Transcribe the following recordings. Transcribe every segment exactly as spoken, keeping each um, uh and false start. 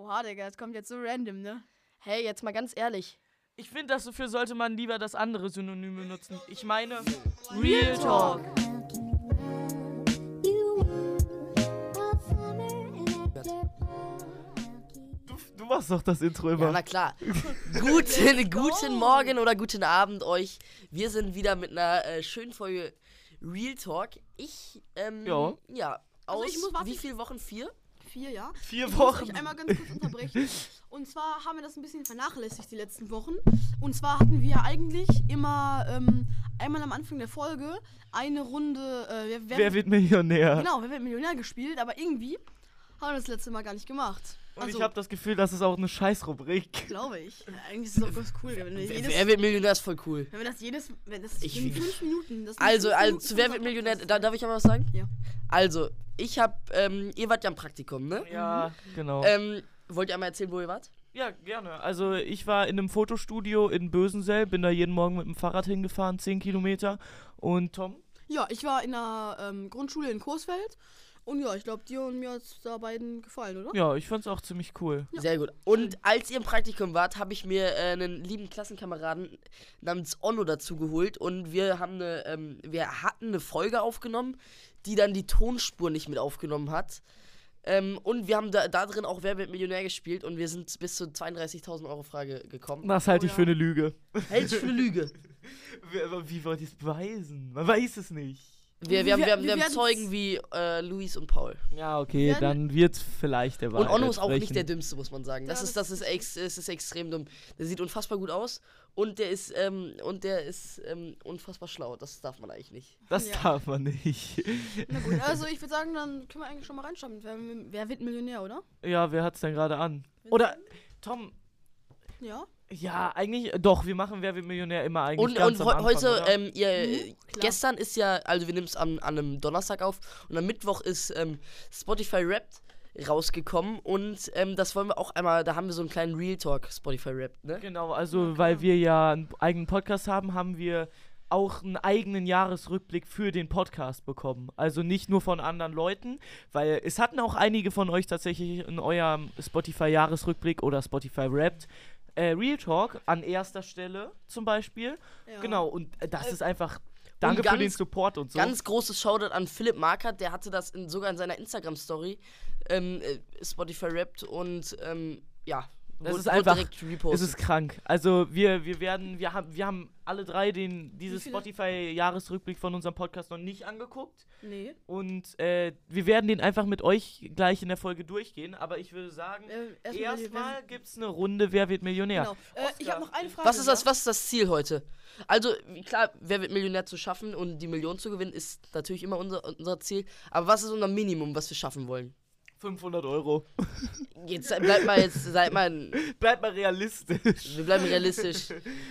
Oha, Digga, das kommt jetzt so random, ne? Hey, jetzt mal ganz ehrlich. Ich finde, dafür sollte man lieber das andere Synonym benutzen. Ich meine Real Talk. Du, du machst doch das Intro immer. Ja, na klar. guten, guten Morgen oder guten Abend euch. Wir sind wieder mit einer äh, schönen Folge Real Talk. Ich, ähm, Ja. ja, aus Also ich muss- warte, wie ich- viele Wochen? Vier? Vier, ja. Vier Ich Wochen. muss euch einmal ganz kurz unterbrechen. Und zwar haben wir das ein bisschen vernachlässigt die letzten Wochen. Und zwar hatten wir eigentlich immer ähm, einmal am Anfang der Folge eine Runde, äh, wer, wer, Wer wird Millionär? genau, wer wird Millionär gespielt, aber irgendwie haben wir das letzte Mal gar nicht gemacht. Und Also, ich habe das Gefühl, das ist auch eine Scheißrubrik. glaube ich. Ja, eigentlich ist es auch ganz cool, wenn wir Wer, jedes, wer wird Millionär ist voll cool. wenn wir das jedes, wenn das Ich- in fünf Minuten, das in Also, fünf also Minuten zu Wer unser wird Millionär, Podcast da, darf ich aber was sagen? Ja. Also, ich hab, ähm, ihr wart ja im Praktikum, ne? Ja, genau. Ähm, wollt ihr einmal erzählen, wo ihr wart? Ja, gerne. Also ich war in einem Fotostudio in Bösensell, bin da jeden Morgen mit dem Fahrrad hingefahren, zehn Kilometer. Und Tom? Ja, ich war in der ähm, Grundschule in Coesfeld. Und ja, ich glaube, dir und mir hat es da beiden gefallen, oder? Ja, ich fand's auch ziemlich cool. Ja. Sehr gut. Und als ihr im Praktikum wart, habe ich mir äh, einen lieben Klassenkameraden namens Onno dazu geholt und wir haben eine, ähm, wir hatten eine Folge aufgenommen, die dann die Tonspur nicht mit aufgenommen hat. Ähm, und wir haben da, da drin auch Wer wird Millionär gespielt und wir sind bis zur zweiunddreißigtausend Euro Frage gekommen. Das halte Oh ich ja. für eine Lüge. Hält sich für eine Lüge. Wie, aber wie wollt ihr es beweisen? Man weiß es nicht. Wir, wir, haben, wir, haben, wir Wir haben werden's- Zeugen wie äh, Luis und Paul. Ja, okay, werden- dann wird's vielleicht der Wahrheit Und Onno ist auch nicht entsprechen. der Dümmste, muss man sagen. Das Ja, ist, das das ist, ex, das ist extrem dumm. Der sieht unfassbar gut aus und der ist, ähm, und der ist ähm, unfassbar schlau. Das darf man eigentlich nicht. Das Ja. darf man nicht. Na gut, also ich würde sagen, dann können wir eigentlich schon mal reinschauen. Wer, wer wird Millionär, oder? Ja, wer hat's denn gerade an? Oder, Tom, Ja. ja, eigentlich, doch, wir machen Wer wird Millionär immer eigentlich Und, ganz und am heu- Anfang, heute, oder? ähm, ihr, Mhm, äh, klar. gestern ist ja, also wir nehmen es an, an einem Donnerstag auf und am Mittwoch ist ähm, Spotify Wrapped rausgekommen und ähm, das wollen wir auch einmal, da haben wir so einen kleinen Real Talk Spotify Wrapped, ne? Genau, also Ja, weil klar. wir ja einen eigenen Podcast haben, haben wir auch einen eigenen Jahresrückblick für den Podcast bekommen. Also nicht nur von anderen Leuten, weil es hatten auch einige von euch tatsächlich in eurem Spotify-Jahresrückblick oder Spotify Wrapped äh, Real Talk an erster Stelle zum Beispiel. ja. Genau, und äh, das Äh, ist einfach, danke für ganz- den Support und so. Ganz großes Shoutout an Philipp Markert, der hatte das in, sogar in seiner Instagram-Story, ähm, äh, Spotify Wrapped und ähm, ja, Das wurde- ist wurde einfach- direkt Es repostet. ist krank. Also wir, wir werden, wir haben, wir haben alle drei den, dieses viele- Spotify-Jahresrückblick von unserem Podcast noch nicht angeguckt. Nee. Und äh, wir werden den einfach mit euch gleich in der Folge durchgehen. Aber ich würde sagen, Äh, erstmal, erstmal gibt es eine Runde Wer wird Millionär. Genau. Äh, ich habe noch eine Frage. Was ist das, ja? was ist das Ziel heute? Also, wie- klar, wer wird Millionär zu schaffen und die Million zu gewinnen, ist natürlich immer unser, unser Ziel. Aber was ist unser Minimum, was wir schaffen wollen? fünfhundert Euro. Jetzt äh, bleibt mal jetzt, seid mal, Bleibt mal realistisch. wir bleiben realistisch.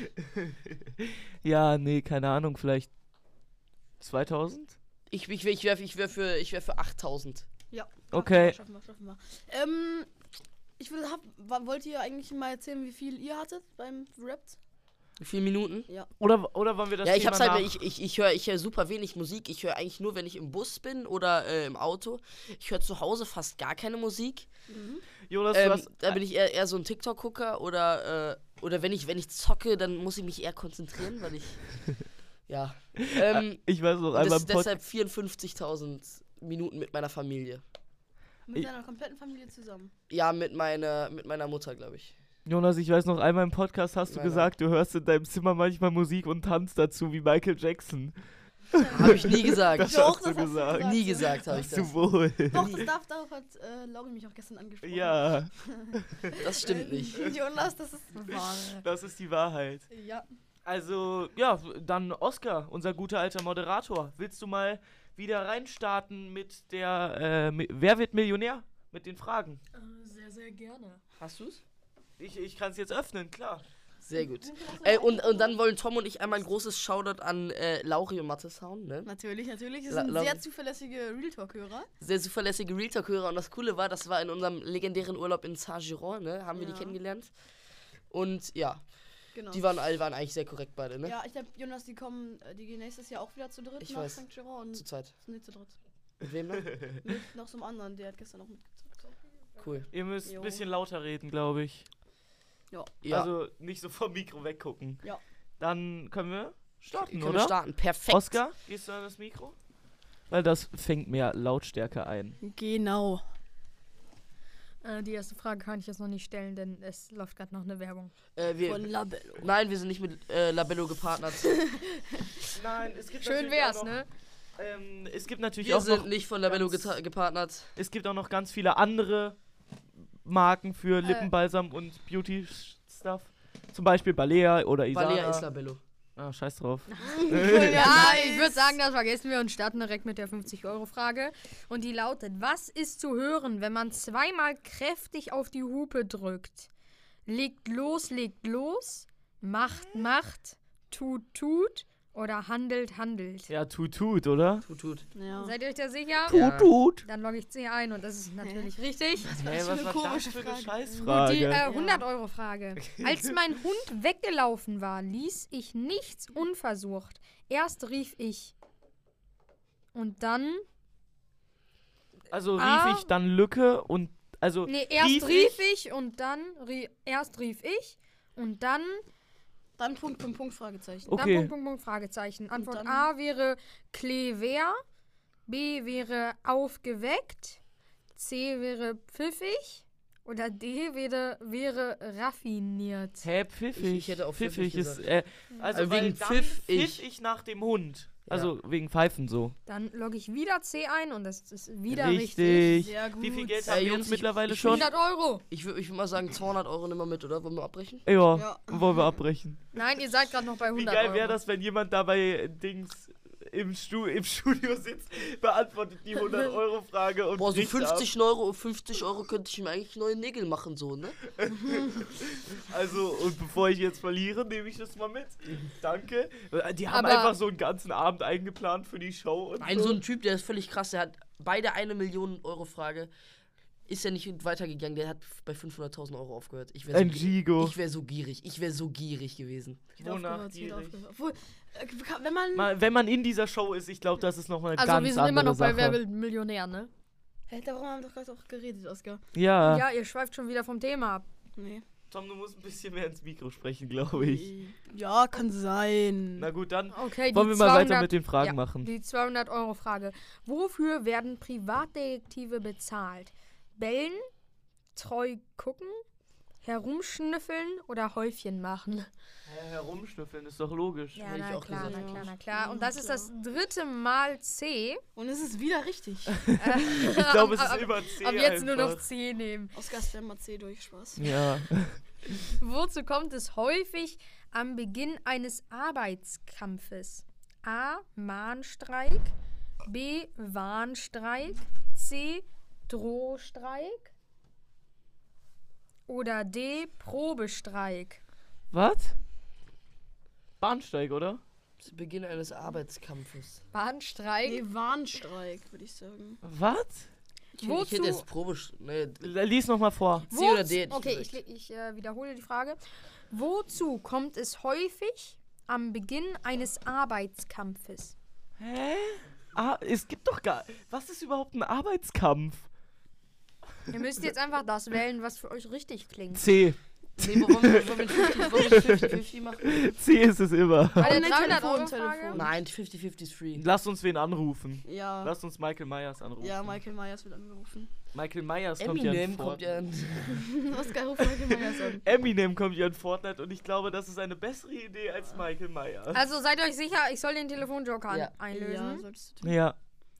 Ja, nee, keine Ahnung, vielleicht zweitausend? Ich, ich, ich wäre ich wär für, ich wär für achttausend. Ja. Okay. Schaffen wir, schaffen wir. Ähm, ich will, hab, wa- wollt ihr eigentlich mal erzählen, wie viel ihr hattet beim Rapt? Wie viele Minuten? Ja. Oder, oder wollen wir das Ja, ich Thema hab's halt, nach... ich, ich, ich höre ich hör super wenig Musik. Ich höre eigentlich nur, wenn ich im Bus bin oder äh, im Auto. Ich höre zu Hause fast gar keine Musik. Mhm. Jonas, du Ähm, hast... da bin ich eher, eher so ein TikTok-Gucker oder, äh, oder wenn ich, wenn ich zocke, dann muss ich mich eher konzentrieren, weil ich. Ja. Ähm, ich weiß noch einmal das, im Pod deshalb vierundfünfzigtausend Minuten mit meiner Familie. Mit Ich- deiner kompletten Familie zusammen. Ja, mit meiner, mit meiner Mutter, glaube ich. Jonas, ich weiß noch einmal im Podcast hast du Nein, nein. gesagt, du hörst in deinem Zimmer manchmal Musik und tanzt dazu wie Michael Jackson. Habe ich nie gesagt. Das Doch, hast du das hast du gesagt. gesagt. nie gesagt habe ich Hast du das. wohl. Doch, das darf, darauf hat äh, Lauri mich auch gestern angesprochen. Ja, Das stimmt nicht. Jonas, das ist wahr. das ist die Wahrheit. Ja. Also, ja, dann Oscar, unser guter alter Moderator. Willst du mal wieder reinstarten mit der, äh, mi- Wer wird Millionär? Mit den Fragen. Sehr, sehr gerne. Hast du's? Ich, ich kann es jetzt öffnen, klar. Sehr gut. Äh, und, und dann wollen Tom und ich einmal ein großes Shoutout an äh, Lauri und Mathe hauen, ne? Natürlich, natürlich. Das La- sind Lauri- sehr zuverlässige Real Talk-Hörer. Sehr zuverlässige Real Talk-Hörer und das Coole war, das war in unserem legendären Urlaub in Saint-Giron, ne? Haben wir Ja. die kennengelernt. Und ja, Genau. die waren alle waren eigentlich sehr korrekt beide, ne? Ja, ich glaube, Jonas, die kommen, äh, die gehen nächstes Jahr auch wieder zu dritt Ich nach weiß. Sankt Giron und Zu zweit. sind nicht zu dritt. Mit wem noch? Mit noch so einem anderen, der hat gestern noch mitgezockt. Cool. Ihr müsst Jo. ein bisschen lauter reden, glaube ich. Ja. Ja, Also nicht so vom Mikro weggucken. Ja. Dann können wir starten, können oder? wir starten. Perfekt. Oskar, gehst du an das Mikro? Weil das fängt mehr Lautstärke ein. Genau. Äh, die erste Frage kann ich jetzt noch nicht stellen, denn es läuft gerade noch eine Werbung. Äh, wir, Von Labello. nein, wir sind nicht mit äh, Labello gepartnert. Nein, es gibt Schön wär's, ne? Ähm, es gibt natürlich Wir auch sind noch, nicht von Labello ganz- geta- gepartnert. es gibt auch noch ganz viele andere Marken für Lippenbalsam und Beauty-Stuff. Zum Beispiel Balea oder Isana. Balea ist Labello. Ah, scheiß drauf. Ja, ich würde sagen, das vergessen wir und starten direkt mit der fünfzig-Euro-Frage. Und die lautet, was ist zu hören, wenn man zweimal kräftig auf die Hupe drückt? Legt los, legt los, macht, macht, tut, tut oder handelt, handelt. Ja, tut, tut, oder? Tut, tut. Ja. Seid ihr euch da sicher? Ja. Tut, tut. Dann logge ich C ein und das ist natürlich richtig. Hey, für was eine war das komische für eine Frage. Gut, Scheißfrage? die äh, hundert-Euro-Frage. Als mein Hund weggelaufen war, ließ ich nichts unversucht. Erst rief ich. Und dann. also rief Ah. ich dann Lücke und also Nee, erst rief rief, ich- ich, und dann. Rie, erst rief ich und dann. Dann Punkt, Punkt, Punkt, Fragezeichen. Okay. Dann Punkt, Punkt, Punkt, Fragezeichen. Antwort dann- A wäre Klever. B wäre aufgeweckt. C wäre pfiffig. Oder D wäre, wäre raffiniert. Hä, pfiffig. Ich- ich hätte auch pfiffig pfiffig ist, gesagt. äh, also Also weil wegen dann Pfiff pfiff ich. ich nach dem Hund. Also wegen Pfeifen so. Dann logge ich wieder C ein und das ist wieder Richtig. richtig. Sehr gut. Wie viel Geld Ja, haben wir Jungs, uns ich- mittlerweile ich schon? hundert Euro. Ich würde ich würd mal sagen, zweihundert Euro nehmen wir mit, oder? Wollen wir abbrechen? Ja, Ja. wollen wir abbrechen. Nein, ihr seid gerade noch bei Wie hundert geil Euro. wäre das, wenn jemand dabei Dings im, Stu im Studio sitzt, beantwortet die hundert-Euro-Frage und Boah, so bricht fünfzig Euro, fünfzig Euro könnte ich mir eigentlich neue Nägel machen, so, ne? ab. Also, und bevor ich jetzt verliere, nehme ich das mal mit. Danke. Die haben Aber- einfach so einen ganzen Abend eingeplant für die Show. Und Ein so ein Typ, der ist völlig krass, der hat beide eine Million Euro Frage. Ist ja nicht weitergegangen, der hat bei fünfhunderttausend Euro aufgehört. Ich wäre Ein so, Gigo. ich wär so gierig, ich wäre so gierig gewesen. Geht Wonach aufgehört, geht gierig? aufgehört. Obwohl, äh, wenn man. Mal, wenn man in dieser Show ist, ich glaube, das ist nochmal eine Also ganz wir sind andere immer noch Sache. bei Wer wird Millionär, ne? Hä, darum haben wir doch gerade auch geredet, Oskar. Ja. Ja, ihr schweift schon wieder vom Thema ab. Nee. Tom, du musst ein bisschen mehr ins Mikro sprechen, glaube ich. Ja, kann sein. Na gut, dann Okay, die wollen wir mal weiter zweihundert mit den Fragen ja, machen. Die zweihundert-Euro-Frage. Wofür werden Privatdetektive bezahlt? Bellen, treu gucken, herumschnüffeln oder Häufchen machen? Ja, herumschnüffeln ist doch logisch. Ja, Hätte ich na auch klar, gesagt. na klar, na klar. Und Ja, das ist klar. das dritte Mal C. Und es ist wieder richtig. Ich glaube, es ist Ab- immer C Ab jetzt nur noch einfach. C nehmen. Oskar ist immer C durch, Spaß. Ja. Wozu kommt es häufig am Beginn eines Arbeitskampfes? A. Mahnstreik. B. Warnstreik. C. Drohstreik. Oder D. Probestreik. Was? Bahnsteig, oder? Zu Beginn eines Arbeitskampfes. Warnstreik. Nee, Warnstreik, würde ich sagen. Was? Ich, ich Wozu- hätte jetzt Probe... Ne, Lies nochmal vor. C oder Wozu- D hätte ich Okay, ich, gesagt. le- ich äh, wiederhole die Frage. Wozu kommt es häufig am Beginn eines Arbeitskampfes? Hä? Ah, es gibt doch gar... Was ist überhaupt ein Arbeitskampf? Ihr müsst jetzt einfach das wählen, was für euch richtig klingt. C. Nee, wollen wir wollen wir fünfzig fünfzig machen? C ist es immer. Bei der nee, dreihundert-Euro-Frage? Telefon, Telefon. Nein, fifty fifty ist free. Lass uns wen anrufen. Ja. Lass uns Michael Myers anrufen. Ja, Michael Myers wird angerufen. Michael Myers kommt ja in Eminem kommt Fortnite. ja in... Oskar ruft Michael Myers an. Eminem kommt ja in Fortnite und ich glaube, das ist eine bessere Idee als Michael Myers. Also seid euch sicher, ich soll den Telefonjoker Ja. an- einlösen. Ja, solltest du tun. Ja.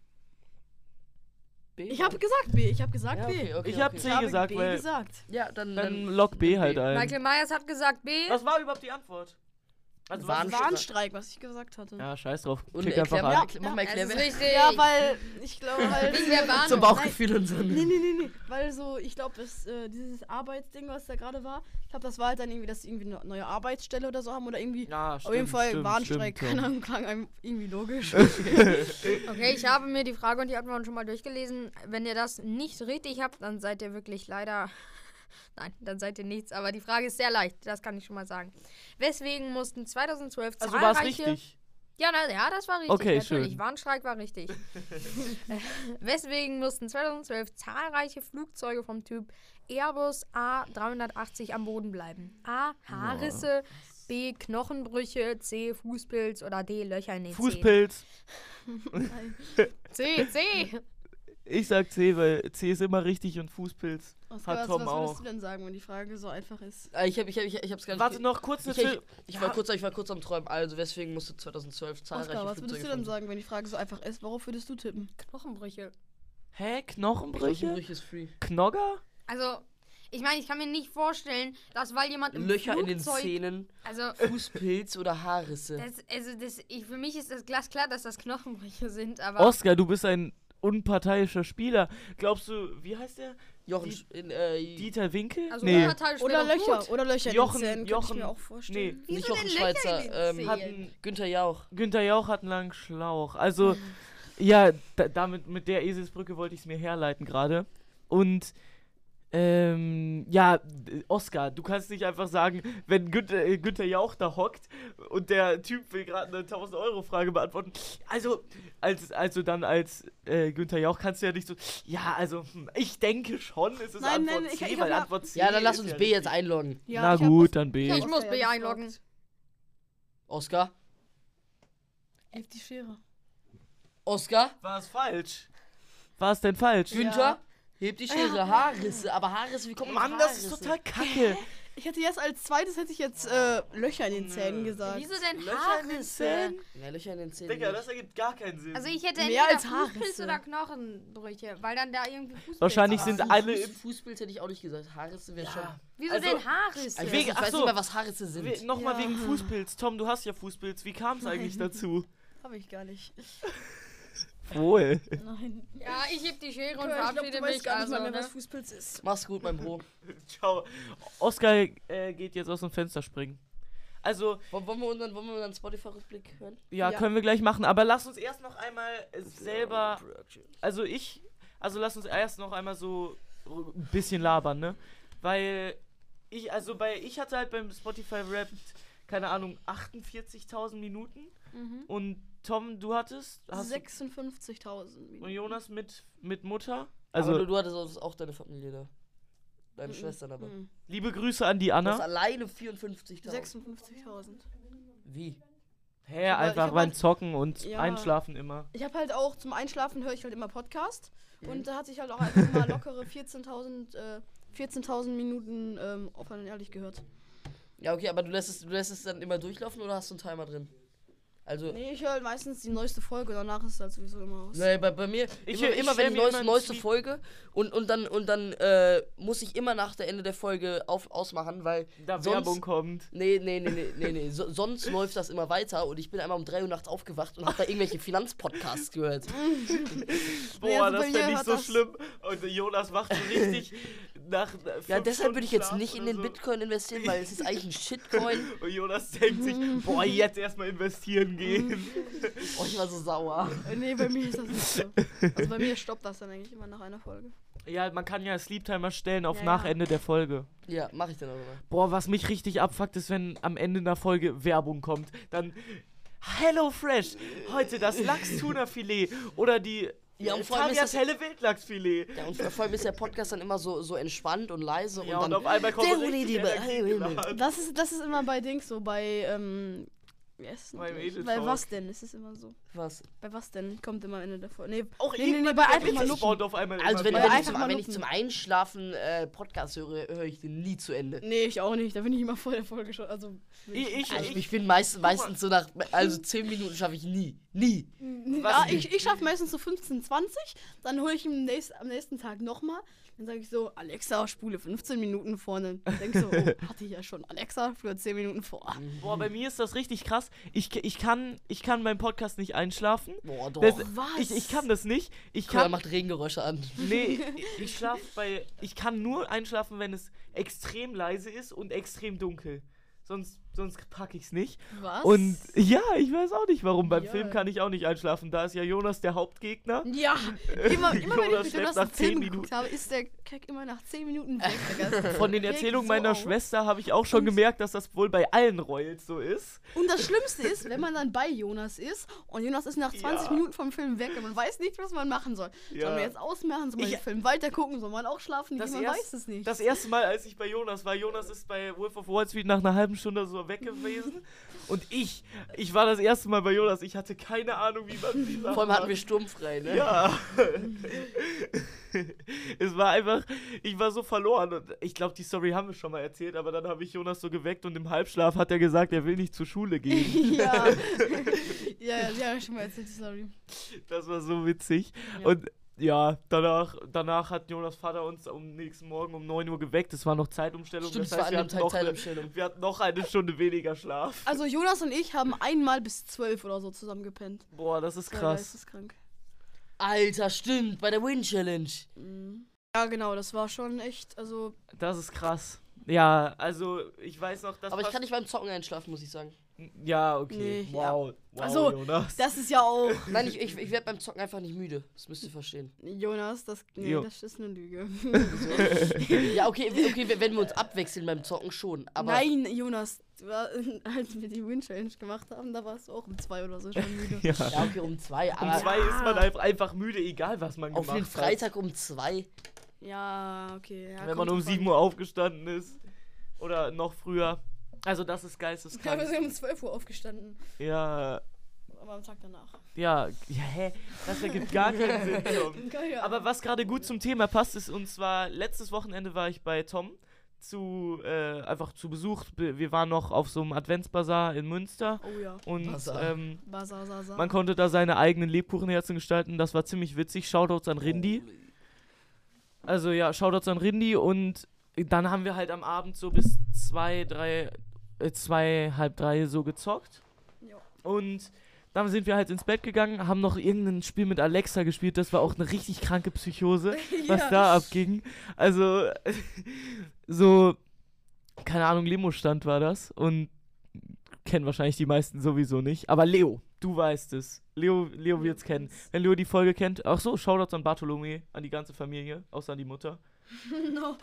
B? Ich habe gesagt B, ich habe gesagt Ja, B. okay, okay, Ich hab okay. C Ich habe gesagt, B weil- gesagt. Ja, dann... Dann log B halt ein. Michael Myers hat gesagt B. Was war überhaupt die Antwort? Also was Warnstreik. Warnstreik, was ich gesagt hatte. Ja, scheiß drauf. Und Klick erklär einfach mal, an. erklär, mach mal Das erklär, ist wer... richtig. Ja, weil ich glaube halt. Wegen der Warnung. Zum Bauchgefühl und so. Nee, nee, nee, nee. Weil so, ich glaube, das äh, dieses Arbeitsding, was da gerade war, ich glaube, das war halt dann irgendwie, dass sie irgendwie eine neue Arbeitsstelle oder so haben oder irgendwie. Ja, auf jeden Fall stimmt, Warnstreik, stimmt, keine Tom. Ahnung, klang einem irgendwie logisch. Okay, ich habe mir die Frage und die Antworten schon mal durchgelesen. Wenn ihr das nicht richtig habt, dann seid ihr wirklich leider... Nein, dann seid ihr nichts. Aber die Frage ist sehr leicht, das kann ich schon mal sagen. Weswegen mussten zweitausendzwölf Also war es zahlreiche... richtig. Ja, na, ja, das war richtig. Okay, natürlich. schön. Warnstreik war richtig. Äh, Weswegen mussten zweitausendzwölf zahlreiche Flugzeuge vom Typ Airbus A dreihundertachtzig am Boden bleiben? A. Haarrisse, B. Knochenbrüche, C. Fußpilz oder D. Löcher in den Fußpilz. Nein. Zähnen. C, C. Ich sag C, weil C ist immer richtig und Fußpilz Oskar, hat was, Tom was auch. würdest du denn sagen, wenn die Frage so einfach ist? Äh, Ich hab, ich hab, ich, hab, ich hab's gar nicht. Warte noch kurz eine ich, ich, Zil- ich, war Ja. kurz, ich war kurz am Träumen. Also, deswegen musste zweitausendzwölf zahlreiche Oskar, was Flugzeuge würdest du denn von- sagen, wenn die Frage so einfach ist? Worauf würdest du tippen? Knochenbrüche. Hä? Knochenbrüche? Knochenbrüche ist free. Knogger? Also, ich meine, ich kann mir nicht vorstellen, dass weil jemand im Löcher in den Flugzeug, Zähnen, Also, Fußpilz oder Haarrisse. das, also das, ich, für mich ist das glasklar, dass das Knochenbrüche sind, aber Oskar, du bist ein unparteiischer Spieler. Glaubst du, wie heißt der? Jochen, Die- Sch- in, äh, Dieter Winkel? also nee. unparteiisch Oder wäre doch Löcher, gut. oder Löcher Jochen- in den Zähnen, könnte Jochen- ich mir auch vorstellen. Nee, nicht Wieso Jochen denn Löcher in Schweizer, den ähm, Zähnen? Hatten, Günther Jauch. Günther Jauch hat einen langen Schlauch. Also, ja, da, damit, mit der Eselsbrücke wollte ich es mir herleiten gerade. Und, ähm, ja, d- Oskar, du kannst nicht einfach sagen, wenn Günther, äh, Günther Jauch da hockt und der Typ will gerade eine tausend-Euro-Frage beantworten. Also, als, also dann als äh, Günther Jauch kannst du ja nicht so, ja, also, hm, ich denke schon, es ist Nein, Antwort nein, ich- C, ich hab weil ja- Antwort C Ja, dann lass ist uns ja B jetzt richtig. einloggen. Ja, Na ich hab gut, Os- dann B. hab Ich muss Oskar B ja einloggen. gefragt. Oskar? Hilf die Schere. Oskar? War es falsch? War es denn falsch? Günther? Ja. Hebt die Schere. Haarrisse. Aber Haarrisse, wie kommt man Mann, auf das ist Haarrisse? total kacke. Ich hätte jetzt als zweites hätte ich jetzt äh, Löcher in den Zähnen gesagt. Wieso denn Löcher in den Haarrisse? Zähnen? Ja, Löcher in den Zähnen. Digga, nicht. das ergibt gar keinen Sinn. Also ich hätte Mehr entweder als Fußpilz Haarrisse. oder Knochenbrüche, weil dann da irgendwie Fußpilz Wahrscheinlich war. sind Fuß- alle Fuß- im- Fußpilz hätte ich auch nicht gesagt. Haarrisse wäre schon. Wieso Also- denn Haarrisse? Ich, weiß, Wegen- ich ach weiß so. nicht mehr, was Haarrisse sind. We Nochmal Ja. wegen Fußpilz. Tom, du hast ja Fußpilz. Wie kam es eigentlich Nein. dazu? Habe ich gar nicht. Wohl. Nein. Ja, ich heb die Schere und Ich glaub, verabschiede du weißt mich. gar nicht Also, mal mehr, ne? was Fußpilz ist. Mach's gut, mein Bro. Ciao. Oskar äh, geht jetzt aus dem Fenster springen. Also, Wollen wollen wir unseren, wollen wir unseren Spotify-Rückblick hören? ja, Ja. können wir gleich machen. Aber lass uns erst noch einmal äh, selber. Also ich. Also lass uns erst noch einmal so ein bisschen labern, ne? Weil ich, also bei. Ich hatte halt beim Spotify Rap, keine Ahnung, achtundvierzigtausend Minuten. Mhm. Und Tom, du hattest. Hast du, sechsundfünfzigtausend. und Jonas mit, mit Mutter. Also, Also, aber du, du hattest auch- auch deine Familie da. Deine Mhm. Schwestern aber. Mhm. liebe Grüße an die Du hast Anna. alleine vierundfünfzigtausend. sechsundfünfzigtausend. Wie? Hä, Aber ich einfach hab beim halt- Zocken und Ja. Einschlafen immer. Ich habe halt auch zum Einschlafen höre ich halt immer Podcast. Mhm. Und da hatte ich halt auch einfach mal lockere vierzehntausend, äh, vierzehntausend Minuten ähm, offen und ehrlich gehört. Ja, okay, aber du lässt es, du lässt es dann immer durchlaufen oder hast du einen Timer drin? Also, Nee, ich höre halt meistens die neueste Folge, danach ist es halt sowieso immer aus. nee, bei, bei mir, Ich- immer, ich immer stell wenn die mir neueste, immer ein neueste Sleep- Folge und, und dann, und dann äh, muss ich immer nach der Ende der Folge auf, ausmachen, weil Da sonst, Werbung kommt. Nee, nee, nee, nee, nee, nee. So, sonst läuft das immer weiter und ich bin einmal um drei Uhr nachts aufgewacht und hab da irgendwelche Finanzpodcasts gehört. Boah, also das bei fände mir ich hört so das- schlimm. Und Jonas wacht so richtig nach. Ja, deshalb würde ich jetzt nicht in den Bitcoin investieren, weil es ist eigentlich ein Shitcoin. Und Jonas denkt sich, boah, jetzt erstmal investieren gehen. Oh, ich war so sauer. Äh, nee, bei mir ist das nicht so. Also bei mir stoppt das dann eigentlich immer nach einer Folge. Ja, man kann ja Sleep Timer stellen auf Ja, nach ja. Ende der Folge. Ja, mach ich dann aber mal. Boah, was mich richtig abfuckt, ist, wenn am Ende einer Folge Werbung kommt. Dann Hello Fresh, heute das Lachs-Tuna-Filet oder die Ja, äh, und vor allem ist das- Tagliatelle Wildlachsfilet. Ja, und vor allem ist der Podcast dann immer so, so entspannt und leise Ja, und und dann. auf einmal kommt Der richtig Uli, lieber- Energie geladen. Das ist, das ist immer bei Dings so, bei, ähm, wie heißt es denn? Beim Edel Bei Talk. was denn? Ist es immer so. Was? Bei was denn? Kommt immer Ende der Folge. Nee, Auch nee, nee, nee, irgendwann bei der einfach mal Witz lupen. spawnt auf einmal Also, immer wenn, wieder. wenn, ich einfach zum, mal wenn ich lupen. zum Einschlafen äh, Podcast höre, höre ich den nie zu Ende. Nee, ich auch nicht. Da bin ich immer vor der Folge schon. Also. Ich, ich, Also, ich, ich bin meist, meistens so nach. Also, zehn Minuten schaffe ich nie. Nie. Ja, ich, ich schaffe meistens so fünfzehn, zwanzig. Dann hole ich am nächsten, am nächsten Tag nochmal. Dann sage ich so, Alexa, spule fünfzehn Minuten vorne. Dann denke ich so, oh, hatte ich ja schon. Alexa, spule zehn Minuten vor. boah, bei mir ist das richtig krass. Ich, ich, kann, ich kann beim Podcast nicht einschlafen. Boah, doch. Das, Was? ich, ich kann das nicht. Ich Korea kann, macht Regengeräusche an. nee, ich, ich schlafe bei. Ich kann nur einschlafen, wenn es extrem leise ist und extrem dunkel. Sonst sonst packe ich's nicht. Was? Und ja, ich weiß auch nicht warum. Beim Ja. Film kann ich auch nicht einschlafen. Da ist ja Jonas der Hauptgegner. Ja, immer, immer wenn Jonas ich mit schläft Jonas nach einen zehn Film Minuten. geguckt habe, ist der Keck immer nach zehn Minuten weg. Digga. Von den Regt Erzählungen so meiner auf. Schwester habe ich auch schon Und- gemerkt, dass das wohl bei allen Royals so ist. Und das Schlimmste ist, wenn man dann bei Jonas ist und Jonas ist nach zwanzig Ja. Minuten vom Film weg und man weiß nicht, was man machen soll. Soll Ja. man jetzt ausmachen, soll man Ich- den Film weitergucken, soll man auch schlafen? Das man erst- weiß es nicht. Das erste Mal, als ich bei Jonas war, Jonas ist bei Wolf of Wall Street nach einer halben Stunde so weg gewesen. Und ich, ich war das erste Mal bei Jonas. Ich hatte keine Ahnung, wie man die Sachen Vor allem hatten macht. wir sturmfrei, ne? Ja. Es war einfach, ich war so verloren. Und ich glaube, die Story haben wir schon mal erzählt, aber dann habe ich Jonas so geweckt und im Halbschlaf hat er gesagt, er will nicht zur Schule gehen. ja. ja, ja, ja, schon mal erzählt, sorry. Das war so witzig. Ja. Und ja, danach, danach hat Jonas Vater uns am nächsten Morgen um neun Uhr geweckt. Es war noch Zeitumstellung. Stimmt, es das war heißt, an wir dem hatten, Tag noch eine, Zeitumstellung. wir hatten noch eine Stunde weniger Schlaf. Also Jonas und ich haben einmal bis zwölf oder so zusammen gepennt. Boah, das ist Das war krass. geisteskrank. Alter, stimmt, bei der Win-Challenge. Mhm. Ja, genau, das war schon echt, also Das ist krass. Ja, also ich weiß noch, dass Aber ich kann nicht beim Zocken einschlafen, muss ich sagen. Ja, okay. Nee, wow. Wow, Also, Jonas. das ist ja auch Nein, ich, ich, ich werde beim Zocken einfach nicht müde. Das müsst ihr verstehen. Jonas, das, nee, Jo. das ist eine Lüge. Ja, okay, okay, wenn wir uns abwechseln beim Zocken schon. Aber Nein, Jonas, du war, als wir die Win-Challenge gemacht haben, da warst du auch um zwei oder so schon müde. Ja. Ja, okay, um zwei. Um Aber zwei ist man einfach, einfach müde, egal was man auf gemacht den Freitag um zwei. Ja, okay. Ja, hat. Wenn kommt man um drauf an. sieben Uhr aufgestanden ist. Oder noch früher. Also das ist Ja, wir geisteskrank. sind um zwölf Uhr aufgestanden, Ja, aber am Tag danach. ja, ja, hä? Das ergibt gar keinen Sinn. Tom. Geil, Aber was gerade gut zum Thema passt, ist, und zwar letztes Wochenende war ich bei Tom zu, äh, einfach zu Besuch. Wir waren noch auf so einem Adventsbasar in Münster Oh ja. und Basar. ähm, Basa, sa, sa. man konnte da seine eigenen Lebkuchenherzen gestalten. Das war ziemlich witzig. Shoutouts an Rindy. Also ja, Shoutouts an Rindy und dann haben wir halt am Abend so bis zwei, drei, äh, zwei, halb drei so gezockt. Jo. Und dann sind wir halt ins Bett gegangen, haben noch irgendein Spiel mit Alexa gespielt. Das war auch eine richtig kranke Psychose, was Ja. da abging. Also, so, keine Ahnung, Limo-Stand war das. Und kennen wahrscheinlich die meisten sowieso nicht. Aber Leo, du weißt es. Leo, Leo wird's kennen. Wenn Leo die Folge kennt, ach so, Shoutouts an Bartolome, an die ganze Familie, außer an die Mutter. no.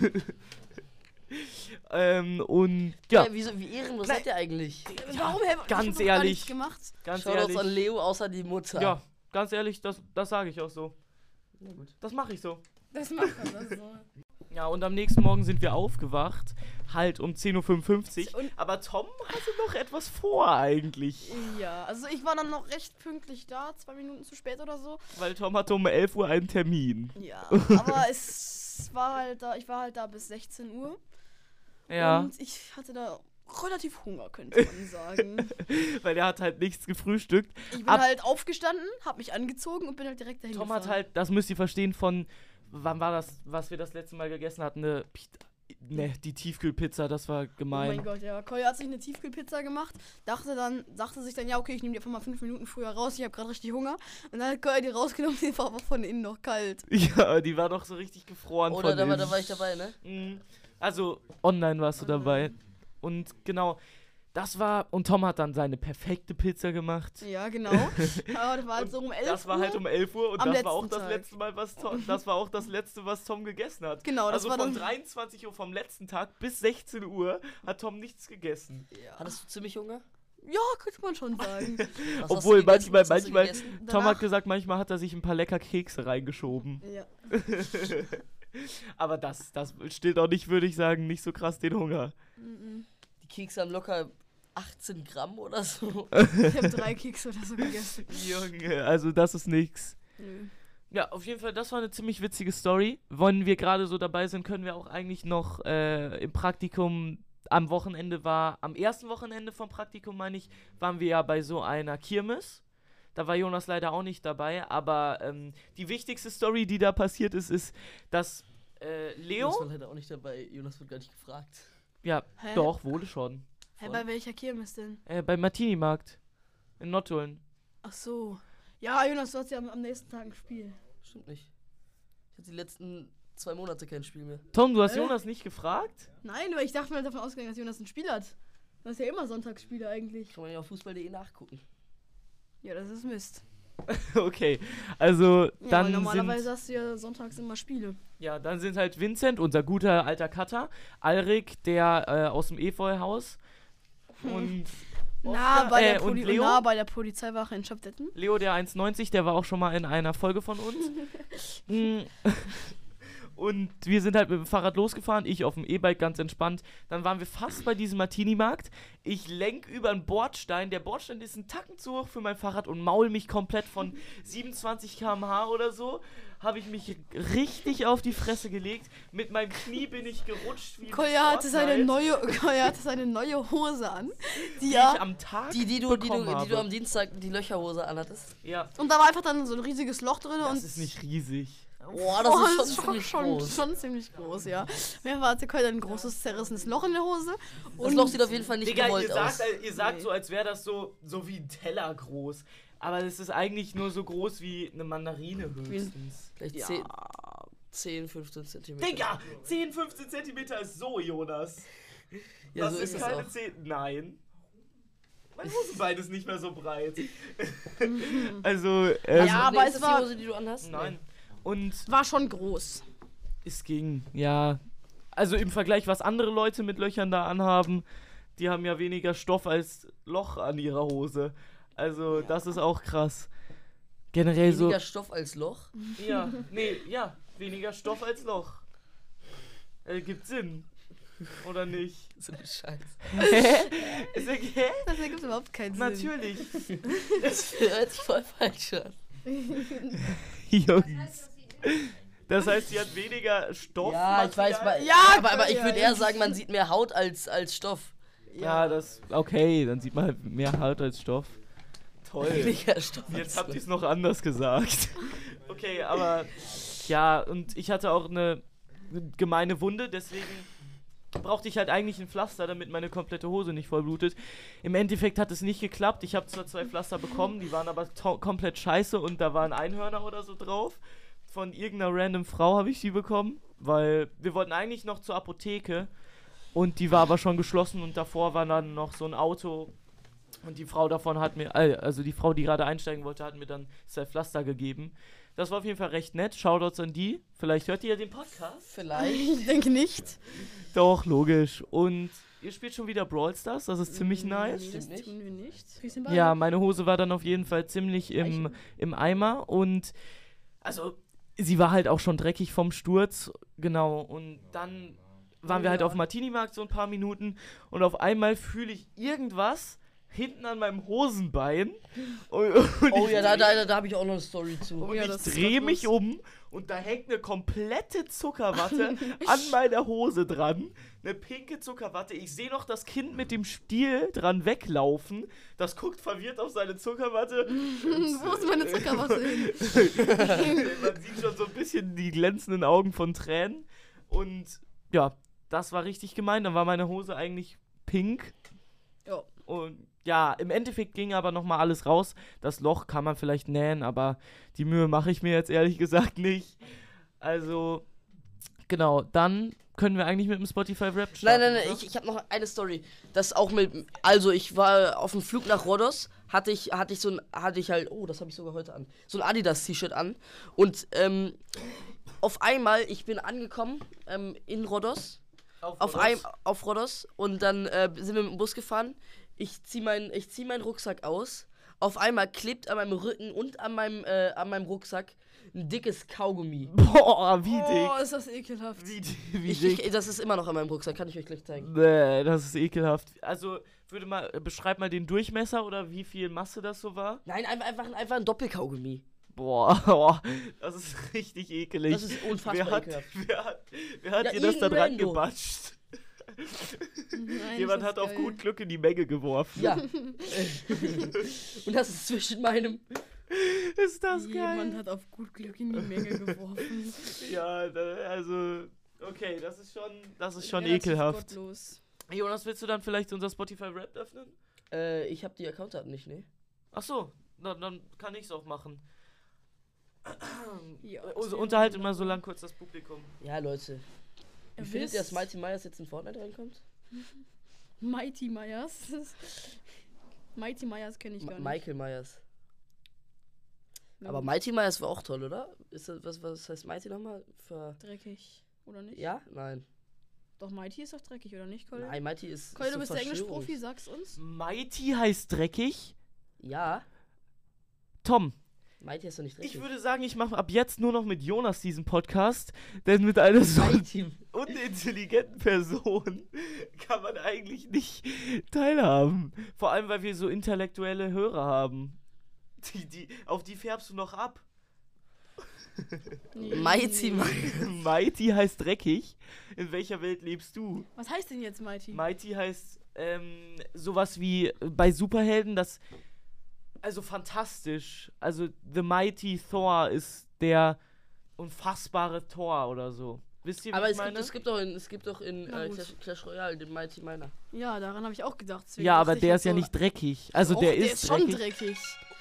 Ähm, und ja, Ja, wieso, wie ehrenlos Nein. seid ihr eigentlich? Warum hä? ganz ich hab doch gar ehrlich. nichts gemacht. ganz Shoutouts ehrlich. an Leo, außer die Mutter. Ja, ganz ehrlich, das, das sage ich auch so. Na gut. Das mache ich so. Das macht man das so. Ja, und am nächsten Morgen sind wir aufgewacht, halt um zehn Uhr fünfundfünfzig. Und- Aber Tom hatte noch etwas vor eigentlich. Ja, also ich war dann noch recht pünktlich da, zwei Minuten zu spät oder so. Weil Tom hatte um elf Uhr einen Termin. Ja, aber es war halt da, ich war halt da bis sechzehn Uhr. Ja, Und ich hatte da relativ Hunger, könnte man sagen. weil er hat halt nichts gefrühstückt. Ich bin Ab- halt aufgestanden, hab mich angezogen und bin halt direkt dahin Tom hat gefahren. halt, das müsst ihr verstehen, von, wann war das, was wir das letzte Mal gegessen hatten, eine, ne, die Tiefkühlpizza, das war Oh gemein. mein Gott, ja. Koya hat sich eine Tiefkühlpizza gemacht, dachte dann, dachte sich dann, ja, okay, ich nehme die einfach mal fünf Minuten früher raus, ich habe gerade richtig Hunger. Und dann hat Koya die rausgenommen, die war aber von innen noch kalt. Ja, die war doch so richtig gefroren Oder von da war, innen. da war ich dabei, ne? Mhm. Also, online warst du dabei. Und genau, das war, und Tom hat dann seine perfekte Pizza gemacht. Ja, genau. Aber das war halt so um elf Das war Uhr. halt um elf Uhr und am das war auch letzten das Tag. letzte Mal, was Tom, das war auch das letzte, was Tom gegessen hat. Genau, das Also war von dann. dreiundzwanzig Uhr vom letzten Tag bis sechzehn Uhr hat Tom nichts gegessen. Ja. Hattest du ziemlich Hunger? ja, könnte man schon sagen. Was hast Obwohl, du gegessen? manchmal- Was hast du manchmal- gegessen? Tom Danach- hat gesagt, manchmal hat er sich ein paar lecker Kekse reingeschoben. Ja. Aber das, das stillt auch nicht, würde ich sagen, nicht so krass den Hunger. Mhm. Die Kekse haben locker achtzehn Gramm oder so. Ich habe drei Kekse oder so gegessen. Junge, also das ist nix. Nö. Ja, auf jeden Fall, das war eine ziemlich witzige Story. Wenn wir gerade so dabei sind, können wir auch eigentlich noch äh, im Praktikum am Wochenende war, am ersten Wochenende vom Praktikum, meine ich, waren wir ja bei so einer Kirmes. Da war Jonas leider auch nicht dabei, aber ähm, die wichtigste Story, die da passiert ist, ist, dass äh, Leo, Jonas war leider auch nicht dabei. Jonas wird gar nicht gefragt. ja, Hä? doch, wohl schon, Hä, bei welcher Kirmes denn? äh, beim Martini-Markt in Nottuln. Ach so. Ja, Jonas, du hast ja am, am nächsten Tag ein Spiel. Stimmt nicht. Ich hatte die letzten zwei Monate kein Spiel mehr. Tom, du hast Hä? Jonas nicht gefragt? Nein, aber ich dachte mal davon ausgegangen, dass Jonas ein Spiel hat. Das ist ja immer Sonntagsspiele eigentlich. Kann man ja auf fußball punkt de nachgucken. Ja, das ist Mist. Okay, also Ja, dann weil normalerweise sind, hast du ja sonntags immer Spiele. ja, dann sind halt Vincent, unser guter alter Cutter, Alrik, der äh, aus dem Efeuhaus und Na, Oscar, bei äh, der und Poli- Leo. na, bei der Polizeiwache in Schopfdetten. Leo, der eins neunzig, der war auch schon mal in einer Folge von uns. Mm. Und wir sind halt mit dem Fahrrad losgefahren, ich auf dem E-Bike ganz entspannt. Dann waren wir fast bei diesem Martini-Markt. Ich lenk über einen Bordstein. Der Bordstein ist einen Tacken zu hoch für mein Fahrrad und maul mich komplett von siebenundzwanzig Kilometer pro Stunde oder so. Habe ich mich richtig auf die Fresse gelegt. Mit meinem Knie bin ich gerutscht wie ein Kolja hatte seine Fortnite, neue, Kolja hatte seine neue Hose an. Die die ja. ich am Tag Die, die du, die, bekommen du, die du habe. am Dienstag die Löcherhose anhattest. Ja, Und da war einfach dann so ein riesiges Loch drin und. das ist nicht riesig. Boah, das Oh, ist schon das ist schon, ziemlich schon, groß. schon ziemlich groß, ja. Mir hatte Kolja ein großes zerrissenes Loch in der Hose. Das Und Loch sieht auf jeden Fall nicht Digga, gewollt ihr sagt, aus. äh, ihr sagt Nee. so, als wäre das so, so wie ein Teller groß. Aber es ist eigentlich nur so groß wie eine Mandarine höchstens. Vielleicht Ja. zehn, zehn, fünfzehn Zentimeter. Digga, zehn, fünfzehn Zentimeter ist so, Jonas. Ja, das so ist ist es keine auch. zehn. Nein. Mein Hosenbein ist nicht mehr so breit. also, ähm, Ja, aber nee, es ist das war- die Hose, die du anhast? nein. Und war schon groß. es ging, ja. Also im Vergleich, was andere Leute mit Löchern da anhaben, die haben ja weniger Stoff als Loch an ihrer Hose. Also, das ist auch krass. Generell so. Weniger Stoff als Loch. Ja, nee, ja, weniger Stoff als Loch. Äh, gibt Sinn. Oder nicht? So eine Scheiße. Ist ja, hä? Das ergibt überhaupt keinen Sinn. Natürlich. Das hört sich voll falsch an. Jungs. Das heißt, sie hat weniger Stoff. Ja, ich weiß, Material. aber, Ja, aber, aber ich ja, würde ja. eher sagen, man sieht mehr Haut als, als Stoff. Ja, das. Okay, dann sieht man halt mehr Haut als Stoff. Toll. Weniger Stoff Jetzt als habt ihr Stoff. es noch anders gesagt. Okay, aber. Ja, und ich hatte auch eine gemeine Wunde, deswegen brauchte ich halt eigentlich ein Pflaster, damit meine komplette Hose nicht voll blutet. Im Endeffekt hat es nicht geklappt. Ich habe zwar zwei Pflaster bekommen, die waren aber to- komplett scheiße und da waren Einhörner oder so drauf. Von irgendeiner random Frau habe ich die bekommen, weil wir wollten eigentlich noch zur Apotheke und die war aber schon geschlossen und davor war dann noch so ein Auto und die Frau davon hat mir, also die Frau, die gerade einsteigen wollte, hat mir dann zwei Pflaster gegeben. Das war auf jeden Fall recht nett. Shoutouts an die. Vielleicht hört ihr ja den Podcast. Vielleicht. Ich denke nicht. Doch, logisch. Und ihr spielt schon wieder Brawl Stars, das ist ziemlich nice. Nee, das Stimmt nicht. tun wir nicht. Wir sind beide- Ja, meine Hose war dann auf jeden Fall ziemlich im, im Eimer und also sie war halt auch schon dreckig vom Sturz, genau. Und dann waren wir halt auf dem Martini-Markt so ein paar Minuten und auf einmal fühle ich irgendwas hinten an meinem Hosenbein und, und Oh ich ja, da, dreh- da, da habe ich auch noch eine Story zu. und ja, ich das ist drehe gottlos. mich um und da hängt eine komplette Zuckerwatte an meiner Hose dran. Eine pinke Zuckerwatte. Ich sehe noch das Kind mit dem Stiel dran weglaufen. Das guckt verwirrt auf seine Zuckerwatte. Wo ist meine Zuckerwatte hin? Man sieht schon so ein bisschen die glänzenden Augen von Tränen. Und ja, das war richtig gemein. Dann war meine Hose eigentlich pink. Ja. Und ja, im Endeffekt ging aber nochmal alles raus. Das Loch kann man vielleicht nähen, aber die Mühe mache ich mir jetzt ehrlich gesagt nicht. Also, genau, dann können wir eigentlich mit dem Spotify-Rap starten. Nein, nein, nein, oder? ich, ich habe noch eine Story. Das auch mit, also ich war auf dem Flug nach Rhodos, hatte ich, hatte ich so ein, hatte ich halt, oh, das habe ich sogar heute an, so ein Adidas-T-Shirt an. Und ähm, auf einmal, ich bin angekommen ähm, in Rhodos, auf, Rhodos. ein, auf Rhodos und dann äh, sind wir mit dem Bus gefahren. Ich zieh meinen, ich zieh meinen Rucksack aus. Auf einmal klebt an meinem Rücken und an meinem, äh, an meinem Rucksack ein dickes Kaugummi. Boah, wie Oh, dick. ist das ekelhaft. Wie, wie Ich, dick. ich, das ist immer noch an meinem Rucksack, kann ich euch gleich zeigen. Nee, das ist ekelhaft. Also, würde mal, äh, beschreib mal den Durchmesser oder wie viel Masse das so war. Nein, einfach, einfach, einfach ein Doppelkaugummi. Boah, boah, das ist richtig ekelig. Das ist unfassbar wer hat, ekelhaft. wer hat, wer hat Ja, dir das da irgendein dran Rando. gebatscht? Nein, Jemand ist hat das auf geil. gut Glück in die Menge geworfen. Ja. Und das ist zwischen meinem. Ist das Jemand geil? hat auf gut Glück in die Menge geworfen. Ja, da, also, okay, das ist schon, das ist schon Relativ ekelhaft. Gottlos. Jonas, willst du dann vielleicht unser Spotify-Rap öffnen? Äh, ich habe die Accountdaten nicht, ne? Ach so, dann, dann kann ich's auch machen. Ja, Also, das wäre unterhalte mal wunderbar. so lang kurz das Publikum. Ja, Leute. Wie Ihr findet ihr, dass wisst- Mighty Myers jetzt in Fortnite reinkommt? Mighty Myers. Mighty Myers kenne ich gar nicht. Michael Myers. Ja, Aber gut. Mighty Myers war auch toll, oder? Ist das, was, was heißt Mighty nochmal? Für Dreckig, oder nicht? ja? Nein. Doch, Mighty ist doch dreckig, oder nicht, Kolja? Nein, Mighty ist. Kolja, ist du so bist der Englischprofi, Verschwörungs- sag's uns. Mighty heißt dreckig. Ja, Tom, Mighty ist doch nicht richtig. ich würde sagen, ich mache ab jetzt nur noch mit Jonas diesen Podcast, denn mit einer so Mighty. unintelligenten Person kann man eigentlich nicht teilhaben. Vor allem, weil wir so intellektuelle Hörer haben. Die, die, auf die färbst du noch ab. Nee. Mighty Myers. Mighty heißt dreckig. In welcher Welt lebst du? Was heißt denn jetzt Mighty? Mighty heißt ähm, sowas wie bei Superhelden, das also fantastisch. Also The Mighty Thor ist der unfassbare Thor oder so. Wisst ihr, wie Aber ich es gibt, meine? es gibt doch in, es gibt doch in Na äh, gut. Clash, Clash Royale den Mighty Miner. Ja, daran habe ich auch gedacht. deswegen Ja, dachte aber ich der jetzt ist ja so- nicht dreckig. Also Och, der, der ist, ist schon dreckig. dreckig.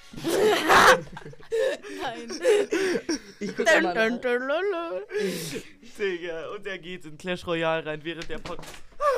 Nein. Ich guck Dun, mal. dun, dun, dun, dun. Digga, und er geht in Clash Royale rein, während der Pod...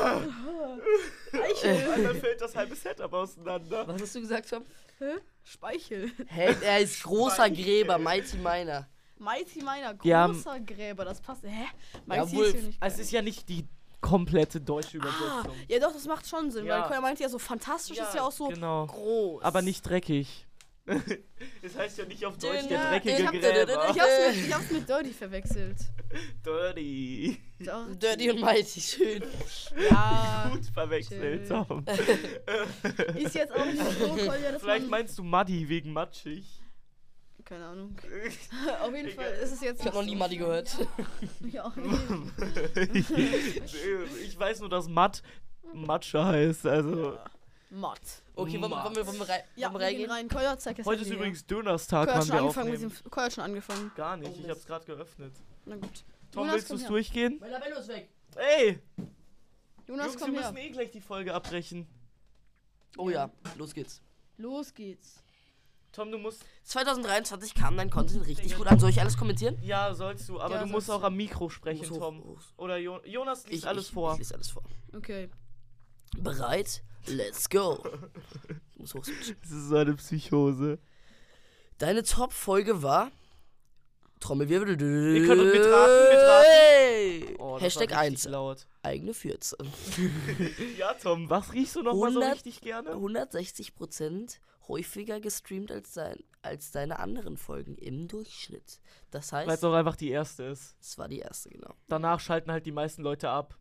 Speichel. Und dann fällt das halbe Setup auseinander. Was hast du gesagt, Tom? Hä? Speichel. Hä? Er ist großer Mighty. Gräber, Mighty Miner. Mighty Miner, Ja, großer Gräber, das passt. Hä? Mighty Jawohl. ist hier nicht. Es ist ja nicht die komplette deutsche Ah, Übersetzung. ja doch, das macht schon Sinn, Ja. weil Kolja meinte ja so fantastisch ist ja auch so genau. groß. Aber nicht dreckig. Es heißt ja nicht auf Deutsch der Ja, dreckige ich hab- Gräber. Ich hab's, mit, ich hab's mit Dirty verwechselt. Dirty. Dirty. Dirty und Mighty, schön. Ja, Gut verwechselt, Chill. Tom. ist jetzt auch nicht so, Kolja, dass Vielleicht man... meinst du Muddy wegen matschig. Keine Ahnung. Auf jeden Fall ist es jetzt Ich hab noch nie Muddy gehört. Ja, auch nicht. ich, ich weiß nur, dass Matt Matsche heißt. Also. Mod. Okay, wollen wir, wollen wir, wollen wir, rein, Ja, wollen wir wir gehen reingehen? rein. Kolja, zeig es Heute ist übrigens Dönerstag, Kolja hat wann schon wir angefangen mit aufnehmen. dem... Kolja hat schon angefangen. Gar nicht, Oh, ich Mist. hab's gerade geöffnet. Na gut. Tom, Jonas, willst komm du's her. durchgehen? Mein Labello ist weg. Ey! Jonas, Jungs, wir komm her. müssen eh gleich die Folge abbrechen. Oh ja, los geht's. Los geht's. Tom, du musst. zwanzig dreiundzwanzig kam dein Content richtig gut an. Soll ich alles kommentieren? Ja, sollst du, aber Ja, du musst sollst auch du. am Mikro sprechen, Muss hoch, Tom. hoch. Oder jo Jonas liest Ich, alles ich, vor. Ich lese alles vor. Okay. Bereit? Let's go. Ich muss hoch. Das ist so eine Psychose. Deine Top-Folge war Trommelwirbel. Ihr könnt mitraten, mitraten. Hey. Oh, das Hashtag war richtig eins. laut. Eigene Fürze. Ja, Tom, was riechst du noch mal so hundert richtig gerne? hundertsechzig Prozent häufiger gestreamt als, dein, als deine anderen Folgen im Durchschnitt. Das Weil es heißt, auch einfach die erste ist. es war die erste, genau. Danach schalten halt die meisten Leute ab.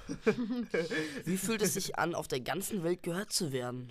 Wie fühlt es sich an, auf der ganzen Welt gehört zu werden?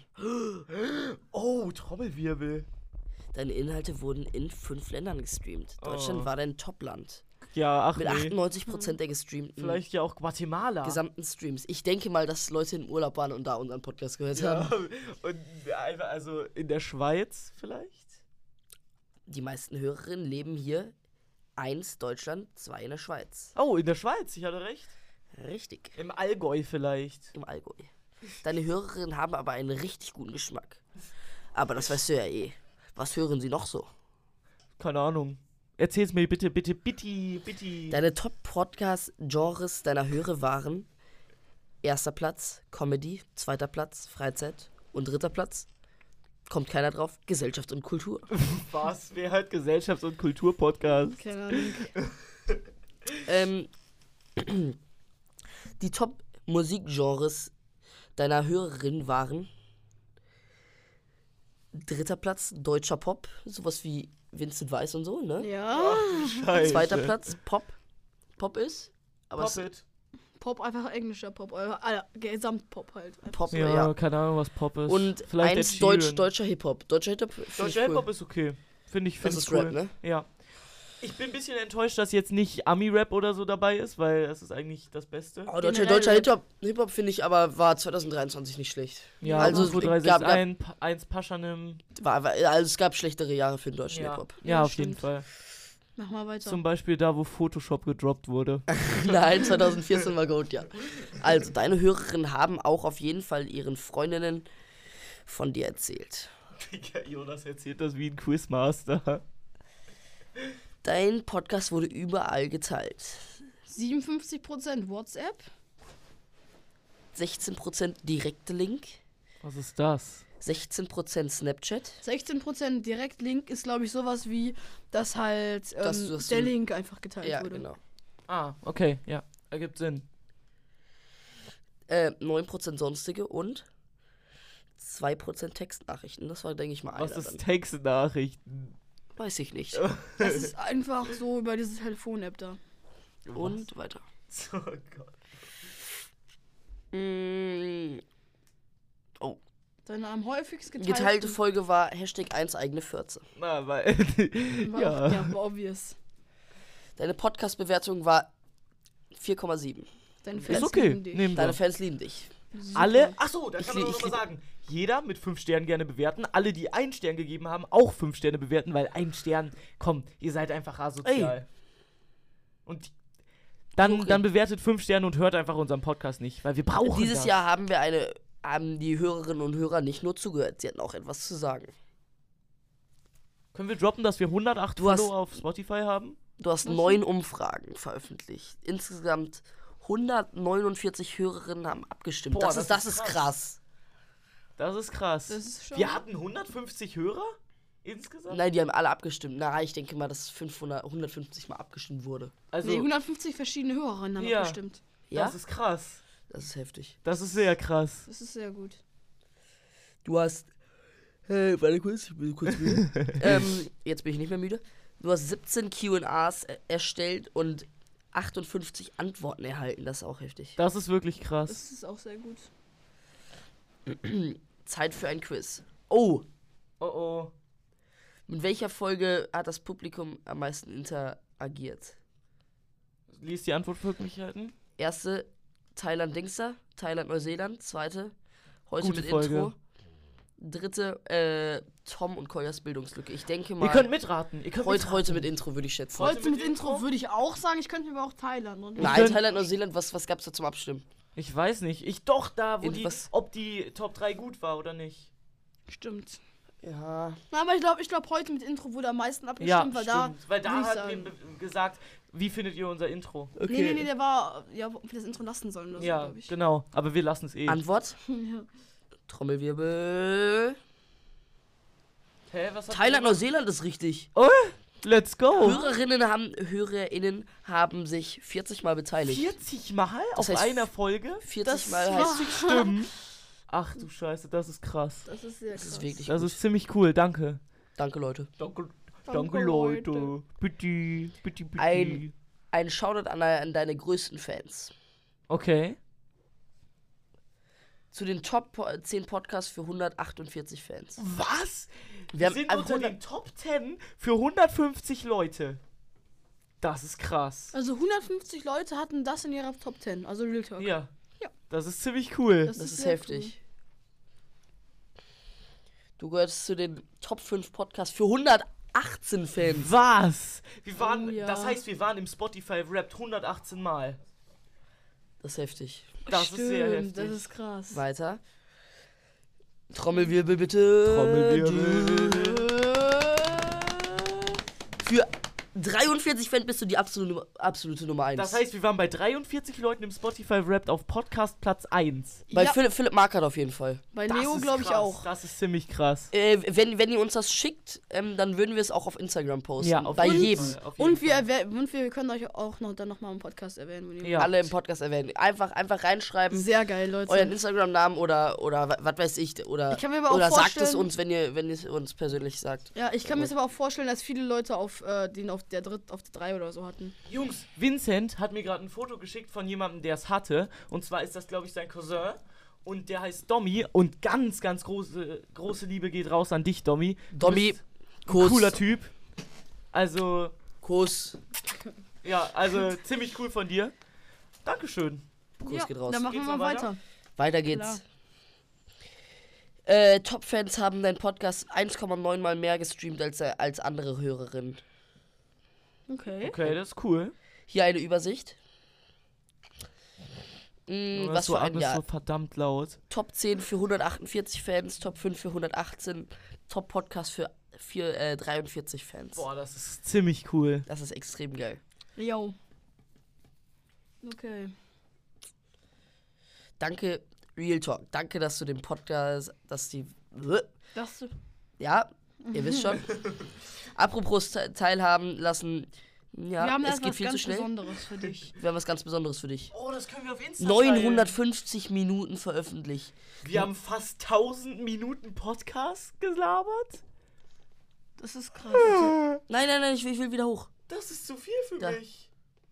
Oh, Trommelwirbel. Deine Inhalte wurden in fünf Ländern gestreamt. Deutschland Oh. war dein Topland. Ja, ach Mit nee. achtundneunzig Prozent der gestreamten Vielleicht ja auch Guatemala. gesamten Streams. Ich denke mal, dass Leute im Urlaub waren und da unseren Podcast gehört Ja, haben. und einfach, also in der Schweiz vielleicht? Die meisten Hörerinnen leben hier. Eins Deutschland, zwei in der Schweiz. Oh, in der Schweiz, ich hatte recht. Richtig. Im Allgäu vielleicht. Im Allgäu. Deine Hörerinnen haben aber einen richtig guten Geschmack. Aber das weißt du ja eh. Was hören sie noch so? Keine Ahnung. Erzähl's mir bitte, bitte, bitte, bitte. Deine Top-Podcast-Genres deiner Hörer waren erster Platz Comedy, zweiter Platz Freizeit und dritter Platz, kommt keiner drauf, Gesellschaft und Kultur. Was? Wer halt Gesellschafts- und Kulturpodcast? Keine Ahnung. ähm, die Top-Musikgenres deiner Hörerin waren dritter Platz deutscher Pop, sowas wie Vincent Weiss und so, ne? Ja. Scheiße. Zweiter Platz Pop. Pop ist, aber es- Pop it. Pop, einfach englischer Pop. Äh, Alter, Gesamtpop halt. Pop, Ja, ja. keine Ahnung, was Pop ist. Und vielleicht eins Ed Deutsch, Sheeran. deutscher Hip-Hop. Deutscher Hip-Hop find ich Deutscher cool. Hip-Hop ist okay. Finde ich, Das finde ist ich cool. Rap, ne? Ja. Ich bin ein bisschen enttäuscht, dass jetzt nicht Ami-Rap oder so dabei ist, weil das ist eigentlich das Beste. Oh, deutscher Generell deutscher Rap. Hip-Hop Hip-Hop finde ich aber war zwanzig dreiundzwanzig nicht schlecht. Ja, also also es zwei, drei, gab- sechs, gab- eins, eins Paschanim. War, war, also es gab schlechtere Jahre für den deutschen Ja, Hip-Hop. ja, Ja, auf jeden stimmt. Fall. Mach mal weiter. Zum Beispiel da, wo Photoshop gedroppt wurde. Nein, zwanzig vierzehn war Gold, ja. Also, deine Hörerinnen haben auch auf jeden Fall ihren Freundinnen von dir erzählt. Jonas erzählt das wie ein Quizmaster. Dein Podcast wurde überall geteilt. siebenundfünfzig Prozent WhatsApp. sechzehn Prozent direkte Link, Was ist das? sechzehn Prozent Snapchat. sechzehn Prozent Direktlink ist, glaube ich, sowas wie, dass halt ähm, Dass du- dass der du- Link einfach geteilt Ja, wurde. genau. Ah, okay, ja. Ergibt Sinn. Äh, neun Prozent sonstige und zwei Prozent Textnachrichten. Das war, denke ich mal, einer Was ist dann. Textnachrichten? Weiß ich nicht. Das ist einfach so über diese Telefon-App da. Und weiter. Oh Gott. Mm, Deine am häufigst geteilte, geteilte Folge war Hashtag eins eigene Fürze. Na, weil. war ja. auch, ja, war obvious. Deine Podcast-Bewertung war vier Komma sieben. Deine Ist Fans okay. lieben dich. Nehmen Deine wir. Fans lieben dich. Super. Alle. Achso, da Ich kann man li- doch ich noch mal li- sagen. Jeder mit fünf Sternen gerne bewerten. Alle, die einen Stern gegeben haben, auch fünf Sterne bewerten, weil ein Stern. Komm, ihr seid einfach asozial. Und dann, Okay. dann bewertet fünf Sterne und hört einfach unseren Podcast nicht, weil wir brauchen Dieses das. Jahr haben wir eine, haben die Hörerinnen und Hörer nicht nur zugehört, sie hatten auch etwas zu sagen. Können wir droppen, dass wir hundertacht Du hast- Follower auf Spotify haben? Du hast neun Umfragen veröffentlicht. Insgesamt hundertneunundvierzig Hörerinnen haben abgestimmt. Boah, das, das ist, das ist ist krass. krass. Das ist krass. Das ist schon. Wir hatten hundertfünfzig Hörer insgesamt? Nein, die haben alle abgestimmt. Na, ich denke mal, dass fünfhundert, hundertfünfzig Mal abgestimmt wurde. Also, nee, hundertfünfzig verschiedene Hörerinnen haben Ja. abgestimmt. Ja? das ist krass. Das ist heftig. Das ist sehr krass. Das ist sehr gut. Du hast. Hey, warte kurz, ich bin kurz müde. ähm, jetzt bin ich nicht mehr müde. Du hast siebzehn Q und A's er- erstellt und achtundfünfzig Antworten erhalten. Das ist auch heftig. Das ist wirklich krass. Das ist auch sehr gut. Zeit für ein Quiz. Oh, Oh oh. mit welcher Folge hat das Publikum am meisten interagiert? Lies die Antwortmöglichkeiten. Erste, Thailand Dingster, Thailand Neuseeland. Zweite, heute Gute mit Folge. Intro. Dritte, äh, Tom und Koyas Bildungslücke. Ich denke mal, Ihr könnt mitraten. Ihr könnt heute, mitraten. heute mit Intro würde ich schätzen. Heute Heute mit mit Intro Intro? würde ich auch sagen, ich könnte mir aber auch Thailand. Und Nein, könnt- Thailand Neuseeland, was, was gab's da zum Abstimmen? Ich weiß nicht. Ich doch da, wo In die, was- ob die Top drei gut war oder nicht. Stimmt. Ja. Na, aber ich glaube, ich glaube, heute mit Intro wurde am meisten abgestimmt, Ja, weil stimmt. Weil würd da ich hat sagen- wir gesagt, wie findet ihr unser Intro? da. Nee, nee, nee, der war, ja, ob wir das Intro lassen sollen oder so, Ja, glaube ich. genau. Aber wir lassen es eh. Antwort, Ja. Trommelwirbel. Hä, was hat Thailand ihr Neuseeland ist richtig. gemacht? Let's go. Hörerinnen haben, HörerInnen haben sich vierzig Mal beteiligt. vierzig Mal Das auf heißt, einer Folge? vierzig Das Mal war- heißt, Stimmt. Ach du Scheiße, das ist krass. Das ist sehr das krass. ist wirklich Das gut. ist ziemlich cool, danke. Danke, Leute. Danke, Danke, Leute. Bitte, bitte, bitte. Ein- Ein Shoutout an, an deine größten Fans. Okay. Zu den Top zehn Podcasts für hundertachtundvierzig Fans. Was? Wir Wir haben sind an unter hundert den Top zehn für hundertfünfzig Leute. Das ist krass. Also hundertfünfzig Leute hatten das in ihrer Top zehn, also Real Talk. Ja. Ja. Das ist ziemlich cool. Das Das ist ist sehr heftig. Du gehörst zu den Top fünf Podcasts für hundertachtzehn Fans. Was? Wir waren, Oh ja. das heißt, wir waren im Spotify Wrapped hundertachtzehn Mal. Das ist heftig. Das Stimmt, ist sehr heftig. das ist krass. Weiter. Trommelwirbel bitte. Trommelwirbel. Für dreiundvierzig Fans bist du die absolute, absolute Nummer eins. Das heißt, wir waren bei dreiundvierzig Leuten im Spotify Wrapped auf Podcast Platz eins. bei ja, Philipp, Philipp Markert auf jeden Fall. bei Das Leo ist glaube ich krass. auch. Das ist ziemlich krass. Äh, wenn, wenn ihr uns das schickt, ähm, dann würden wir es auch auf Instagram posten. Ja, auf bei jeden jedem. Fall, auf jeden Und wir, Fall. erwäh- und wir können euch auch noch dann nochmal im Podcast erwähnen. Wenn ihr Ja. Alle im Podcast erwähnen. Einfach, einfach reinschreiben. Sehr geil, Leute. Euren Instagram-Namen oder, oder wa- was weiß ich. Oder, Ich kann mir aber auch oder sagt vorstellen- es uns, wenn ihr, wenn ihr es uns persönlich sagt. Ja, ich kann mir jetzt aber auch vorstellen, dass viele Leute auf äh, den auf der dritt, auf der drei oder so hatten. Jungs, Vincent hat mir gerade ein Foto geschickt von jemandem, der es hatte. Und zwar ist das, glaube ich, sein Cousin. Und der heißt Dommy. Und ganz, ganz große, große Liebe geht raus an dich, Dommy. Du Dommy, bist ein Kuss. cooler Typ. Also, Kuss. ja, also ziemlich cool von dir. Dankeschön. Kuss ja, geht raus. Dann machen Geht's wir noch weiter. weiter? Weiter geht's. Äh, Top-Fans haben deinen Podcast eins Komma neun Mal mehr gestreamt als, äh, als andere Hörerinnen. Okay. Okay, das ist cool. Hier eine Übersicht. Mm, Oh, das was ist so für ein alles Jahr. so verdammt laut. Top zehn für hundertachtundvierzig Fans, Top fünf für hundertachtzehn, Top Podcast für, für äh, dreiundvierzig Fans. Boah, das ist ziemlich cool. Das ist extrem geil. Yo. Okay. Danke Real Talk. Danke, dass du den Podcast, dass die... Das du Ja, ihr wisst schon. Apropos te- teilhaben lassen. Ja, wir haben es erst geht was viel zu ganz schnell. Besonderes für dich. Wir haben was ganz Besonderes für dich. Oh, das können wir auf Insta neunhundertfünfzig Minuten veröffentlicht. Wir haben fast tausend Minuten Podcast gelabert. Das ist krass. Nein, nein, nein, ich will, ich will wieder hoch. Das ist zu viel für Da. mich.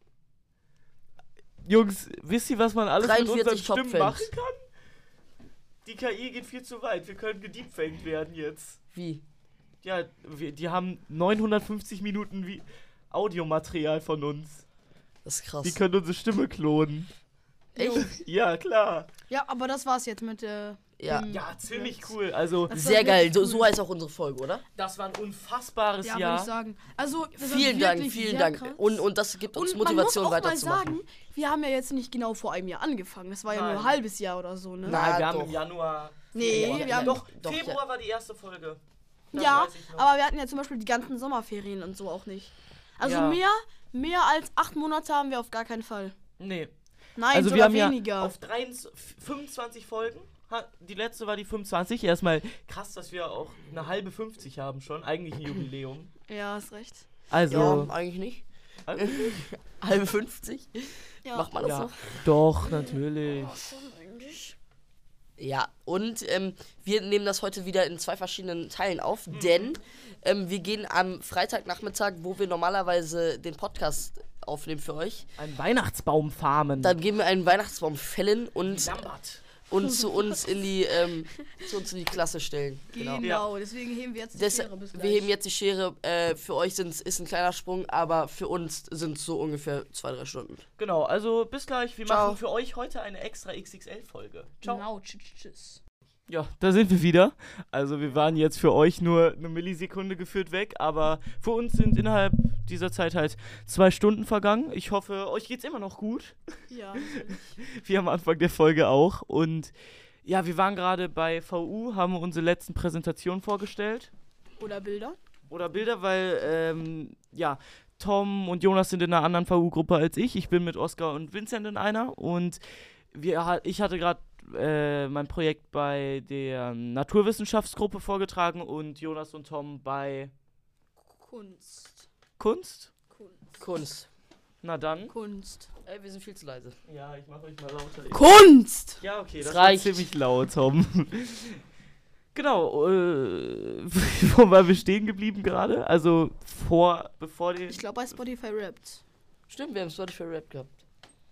Jungs, wisst ihr, was man alles mit unseren dreiundvierzig Stimmen Top-Fans. machen kann? Die K I geht viel zu weit. Wir können gediebfangt werden jetzt. Wie? Ja, wir, die haben neunhundertfünfzig Minuten wie Audiomaterial von uns. Das ist krass. Die können unsere Stimme klonen. Echt? Ja, klar. Ja, aber das war's jetzt mit der. Ja. dem- Ja, ziemlich cool. Also, Das Sehr war geil. wirklich So, cool. so heißt auch unsere Folge, oder? das war ein unfassbares Ja, würde Jahr. ich sagen. Also, das war Vielen Dank, wirklich vielen sehr Dank. krass. Und, und das gibt uns Und Motivation man muss auch mal weiterzumachen. sagen, wir haben ja jetzt nicht genau vor einem Jahr angefangen. Das war ja nur Nein. ein halbes Jahr oder so, ne? Na, Nein, wir haben doch. im Januar. Nee, Februar- wir haben- Doch, Doch, Februar war die erste Folge. Das Ja, weiß ich noch. aber wir hatten ja zum Beispiel die ganzen Sommerferien und so auch nicht. Also Ja. mehr, mehr als acht Monate haben wir auf gar keinen Fall. Nee. Nein, Also sogar wir haben weniger. ja auf dreiundzwanzig, fünfundzwanzig Folgen. ha- Die letzte war die fünfundzwanzig. Erstmal krass, dass wir auch eine halbe fünfzig haben schon. Eigentlich ein Jubiläum. Ja, hast recht. Also. Ja, eigentlich nicht. Also, Halbe fünfzig? Ja. Macht man das ja. so? Doch, natürlich. Ja, und ähm, wir nehmen das heute wieder in zwei verschiedenen Teilen auf, Mhm. denn ähm, wir gehen am Freitagnachmittag, wo wir normalerweise den Podcast aufnehmen für euch, Ein Weihnachtsbaum farmen. dann gehen wir einen Weihnachtsbaum fällen und, Lambert. und zu uns in die ähm, zu uns in die Klasse stellen. Genau, Genau. deswegen heben wir jetzt die Das, Schere bis gleich. wir heben jetzt die Schere. Äh, für euch sind's, ist ein kleiner Sprung, aber für uns sind es so ungefähr zwei, drei Stunden. Genau, also bis gleich. Wir Ciao. machen für euch heute eine extra X X L-Folge. Ciao. Genau, tschüss, tschüss. Ja, da sind wir wieder. Also wir waren jetzt für euch nur eine Millisekunde geführt weg, aber für uns sind innerhalb dieser Zeit halt zwei Stunden vergangen. Ich hoffe, euch geht's immer noch gut. Ja, natürlich. Wie am Anfang der Folge auch. Und ja, wir waren gerade bei V U, haben unsere letzten Präsentationen vorgestellt. Oder Bilder. Oder Bilder, weil, ähm, ja, Tom und Jonas sind in einer anderen V U-Gruppe als ich. Ich bin mit Oskar und Vincent in einer. Und wir, ha- ich hatte gerade äh, mein Projekt bei der Naturwissenschaftsgruppe vorgetragen und Jonas und Tom bei Kunst. Kunst. Kunst. Kunst. Na dann. Kunst. Ey, wir sind viel zu leise. Ja, ich mach euch mal lauter. Kunst! Ja, okay, Es das reicht. war ziemlich laut, Tom. Genau, äh, wo waren wir stehen geblieben gerade? Also vor, bevor die... Ich glaube bei Spotify Rapped. Stimmt, wir haben Spotify Rap gehabt.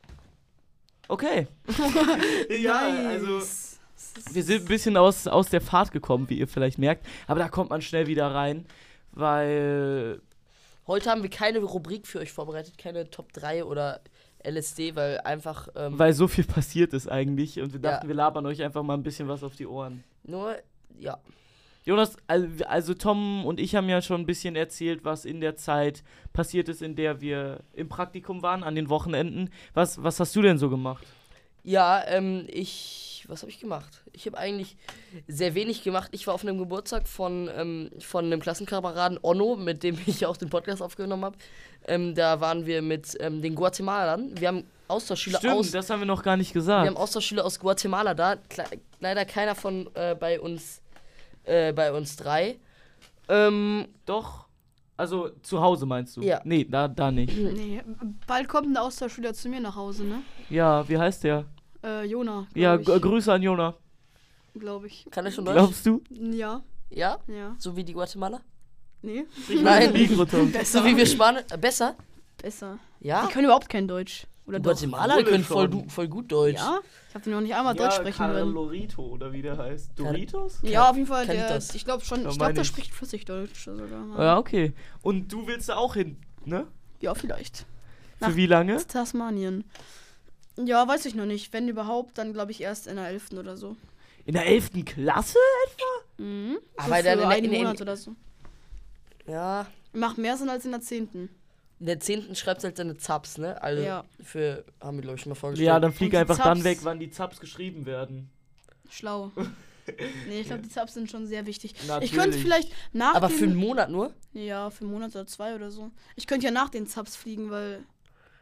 Okay. ja, also Nice. wir sind ein bisschen aus, aus der Fahrt gekommen, wie ihr vielleicht merkt. Aber da kommt man schnell wieder rein, weil... Heute haben wir keine Rubrik für euch vorbereitet, keine Top drei oder L S D, weil einfach ähm, Weil so viel passiert ist eigentlich und wir dachten, Ja. wir labern euch einfach mal ein bisschen was auf die Ohren. nur, ja. Jonas, also, also Tom und ich haben ja schon ein bisschen erzählt, was in der Zeit passiert ist, in der wir im Praktikum waren, an den Wochenenden. Was, was hast du denn so gemacht? Ja, ähm, ich, was habe ich gemacht? Ich habe eigentlich sehr wenig gemacht. Ich war auf einem Geburtstag von, ähm, von einem Klassenkameraden Onno, mit dem ich auch den Podcast aufgenommen habe. Ähm, da waren wir mit ähm, den Guatemalern. Wir haben Austauschschüler Stimmt, aus... das haben wir noch gar nicht Wir gesagt. haben Austauschschüler aus Guatemala da. Kle- leider keiner von äh, bei uns äh, bei uns drei. Ähm, Doch. Also zu Hause meinst du? Ja. Nee, da, da nicht. Nee, bald kommt ein Austauschschüler zu mir nach Hause, ne? Ja, wie heißt der? Äh, Jona. Ja, glaub g- Grüße an Jona. ich. Glaube ich. kann er schon Deutsch? Glaubst du? Ja, Ja? ja. So wie die Guatemala? Nee. Nein. Mikro, Tom. So wie wir Spanier. Äh, besser? Besser. Ja? Die können überhaupt kein Deutsch. Oder Die doch? Guatemala Wohl können voll, schon. du, voll gut Deutsch. Ja? Ich habe die noch nicht einmal Deutsch sprechen hören. Carlorito oder wie der heißt. Doritos? Ja, auf jeden Fall. Kann ich Der, das? ich glaube schon, Ja, ich glaube, meine der ich. spricht flüssig Deutsch sogar. Ja, okay. Und du willst da auch hin, ne? Ja, vielleicht. Für Nach- wie lange? Tasmanien. Ja, weiß ich noch nicht. Wenn überhaupt, dann glaube ich erst in der elften oder so. In der elften Klasse? Mhm. Aber so dann für in der- einen in der- Monat oder so. Ja. Macht mehr Sinn als in der zehnten. In der zehnten schreibt halt seine Zaps, ne? Also Ja. für, haben wir glaube ich schon mal vorgestellt. Ja, dann flieg Und die einfach dann Zaps. weg, wann die Zaps geschrieben werden. Schlau. Nee, ich glaube, die Zaps sind schon sehr wichtig. Natürlich. Ich könnte vielleicht nach Aber den, für einen Monat nur? Ja, für einen Monat oder zwei oder so. Ich könnte ja nach den Zaps fliegen, weil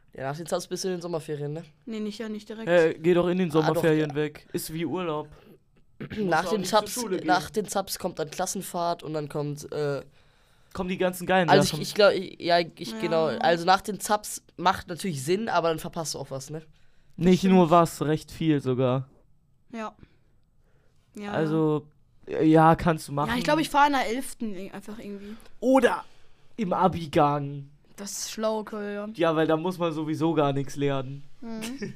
Ja, nach den Zaps bist du in den Sommerferien, ne? Nee, nicht ja, nicht direkt. Äh, geh doch in den Ah, doch, Sommerferien ja. weg. Ist wie Urlaub. Nach auch den, nicht zur Zaps, Schule gehen. nach den Zaps kommt dann Klassenfahrt und dann kommt, äh, Kommen die ganzen geilen also ich, Sachen. ich glaube, ja, ich, Ja. genau, also nach den Zaps macht natürlich Sinn, aber dann verpasst du auch was, ne? Nicht nur was, recht viel sogar. Ja. Ja. Also, ja, kannst du machen. Ja, ich glaube, ich fahre in der elften einfach irgendwie. Oder im Abigang. Das ist schlau, okay, ja. Ja, weil da muss man sowieso gar nichts lernen. Mhm.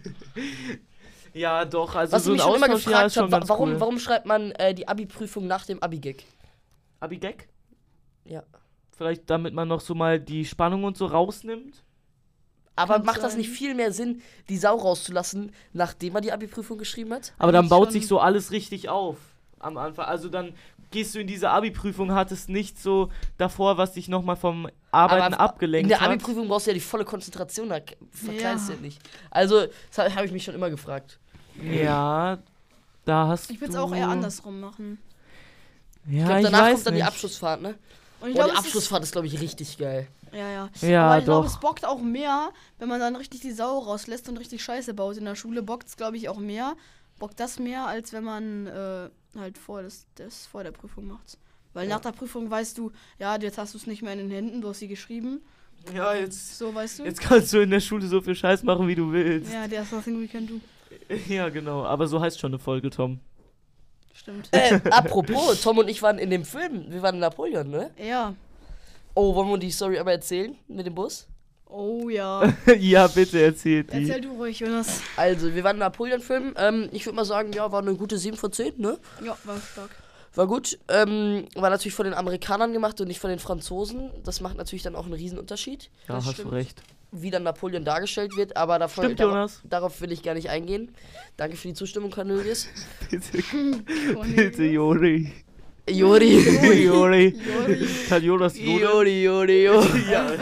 Ja, doch, also Was so ich ein mich schon immer Austauschjahr ist gefragt schon habe, ganz warum, cool. warum schreibt man äh, die Abi-Prüfung nach dem Abi-Gag? Abigag? Ja. Vielleicht damit man noch so mal die Spannung und so rausnimmt? Aber Kann macht das sein. nicht viel mehr Sinn, die Sau rauszulassen, nachdem man die Abi-Prüfung geschrieben hat? Aber dann Eigentlich baut schon. sich so alles richtig auf am Anfang. Also dann gehst du in diese Abi-Prüfung, hattest nicht so davor, was dich nochmal vom Arbeiten Aber abgelenkt in der hat. Abi-Prüfung brauchst du ja die volle Konzentration, da verkleinst du Ja. ja nicht. Also, das habe ich mich schon immer gefragt. Ja, da hast du... Ich würde es auch eher andersrum machen. Ja, Ich glaube, ich danach weiß kommt dann die nicht. Abschlussfahrt, ne? Und ich Boah, glaube, die es ist- Abschlussfahrt ist, glaube ich, richtig geil. Ja, ja. Ja, Aber ich glaube, doch. es bockt auch mehr, wenn man dann richtig die Sau rauslässt und richtig Scheiße baut. In der Schule bockt es, glaube ich, auch mehr. Bockt das mehr, als wenn man äh, halt vor, das, das vor der Prüfung macht. Weil Ja. nach der Prüfung weißt du, ja, jetzt hast du es nicht mehr in den Händen, du hast sie geschrieben. Ja, jetzt, So, weißt du? jetzt kannst du in der Schule so viel Scheiß machen, wie du willst. Ja, der ist nothing we can do. Ja, genau. Aber so heißt schon eine Folge, Tom. Stimmt. Äh, apropos, Tom und ich waren in dem Film, wir waren in Napoleon, ne? Ja. Oh, wollen wir die Story aber erzählen mit dem Bus? Oh ja. Ja, bitte erzählt die. Erzähl du ruhig, Jonas. Also, wir waren im Napoleon-Film. Ähm, ich würde mal sagen, ja, war eine gute sieben von zehn, ne? Ja, war stark. War gut. Ähm, war natürlich von den Amerikanern gemacht und nicht von den Franzosen. Das macht natürlich dann auch einen Riesenunterschied, Ja, das hast stimmt. du recht. wie dann Napoleon dargestellt wird. Aber davon, Stimmt, darauf, Jonas. darauf will ich gar nicht eingehen. Danke für die Zustimmung, Cornelius. Bitte, bitte, Jori. Jori. Jori. Jori. Kann Jonas Jori? Jori, Jori, Jori. Ja.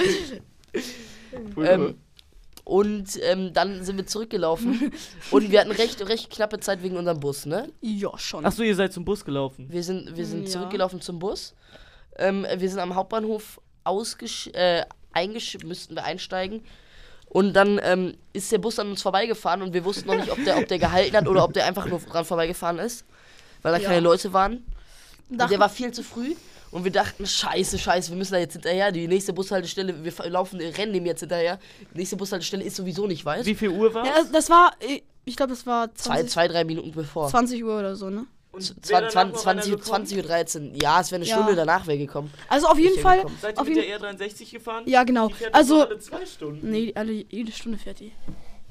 Ähm, und ähm, dann sind wir zurückgelaufen und wir hatten recht, recht knappe Zeit wegen unserem Bus, ne? Ja, schon. Achso, ihr seid zum Bus gelaufen. Wir sind, wir sind Ja. zurückgelaufen zum Bus. Ähm, wir sind am Hauptbahnhof ausgesch äh, eingesch müssten wir einsteigen. Und dann ähm, ist der Bus an uns vorbeigefahren und wir wussten noch nicht, ob der, ob der gehalten hat oder ob der einfach nur dran vorbeigefahren ist. Weil da Ja. keine Leute waren. Und Dachten- der war viel zu früh. Und wir dachten, scheiße, scheiße, wir müssen da jetzt hinterher. Die nächste Bushaltestelle, wir fa- laufen, rennen dem jetzt hinterher. Die nächste Bushaltestelle ist sowieso nicht weit. Wie viel Uhr war Ja, das war, ich glaube, das war Zwei, zwanzig, zwei, drei Minuten bevor. zwanzig Uhr oder so, ne? zwanzig, zwanzig, zwanzig Uhr dreizehn. Ja, es wäre eine Ja. Stunde danach wäre gekommen. Also auf jeden Ich Fall, hingekommen. Seid ihr auf mit jeden der R dreiundsechzig gefahren? ja genau. Die fährt Also, doch alle zwei Stunden. nee, alle, jede Stunde fährt die.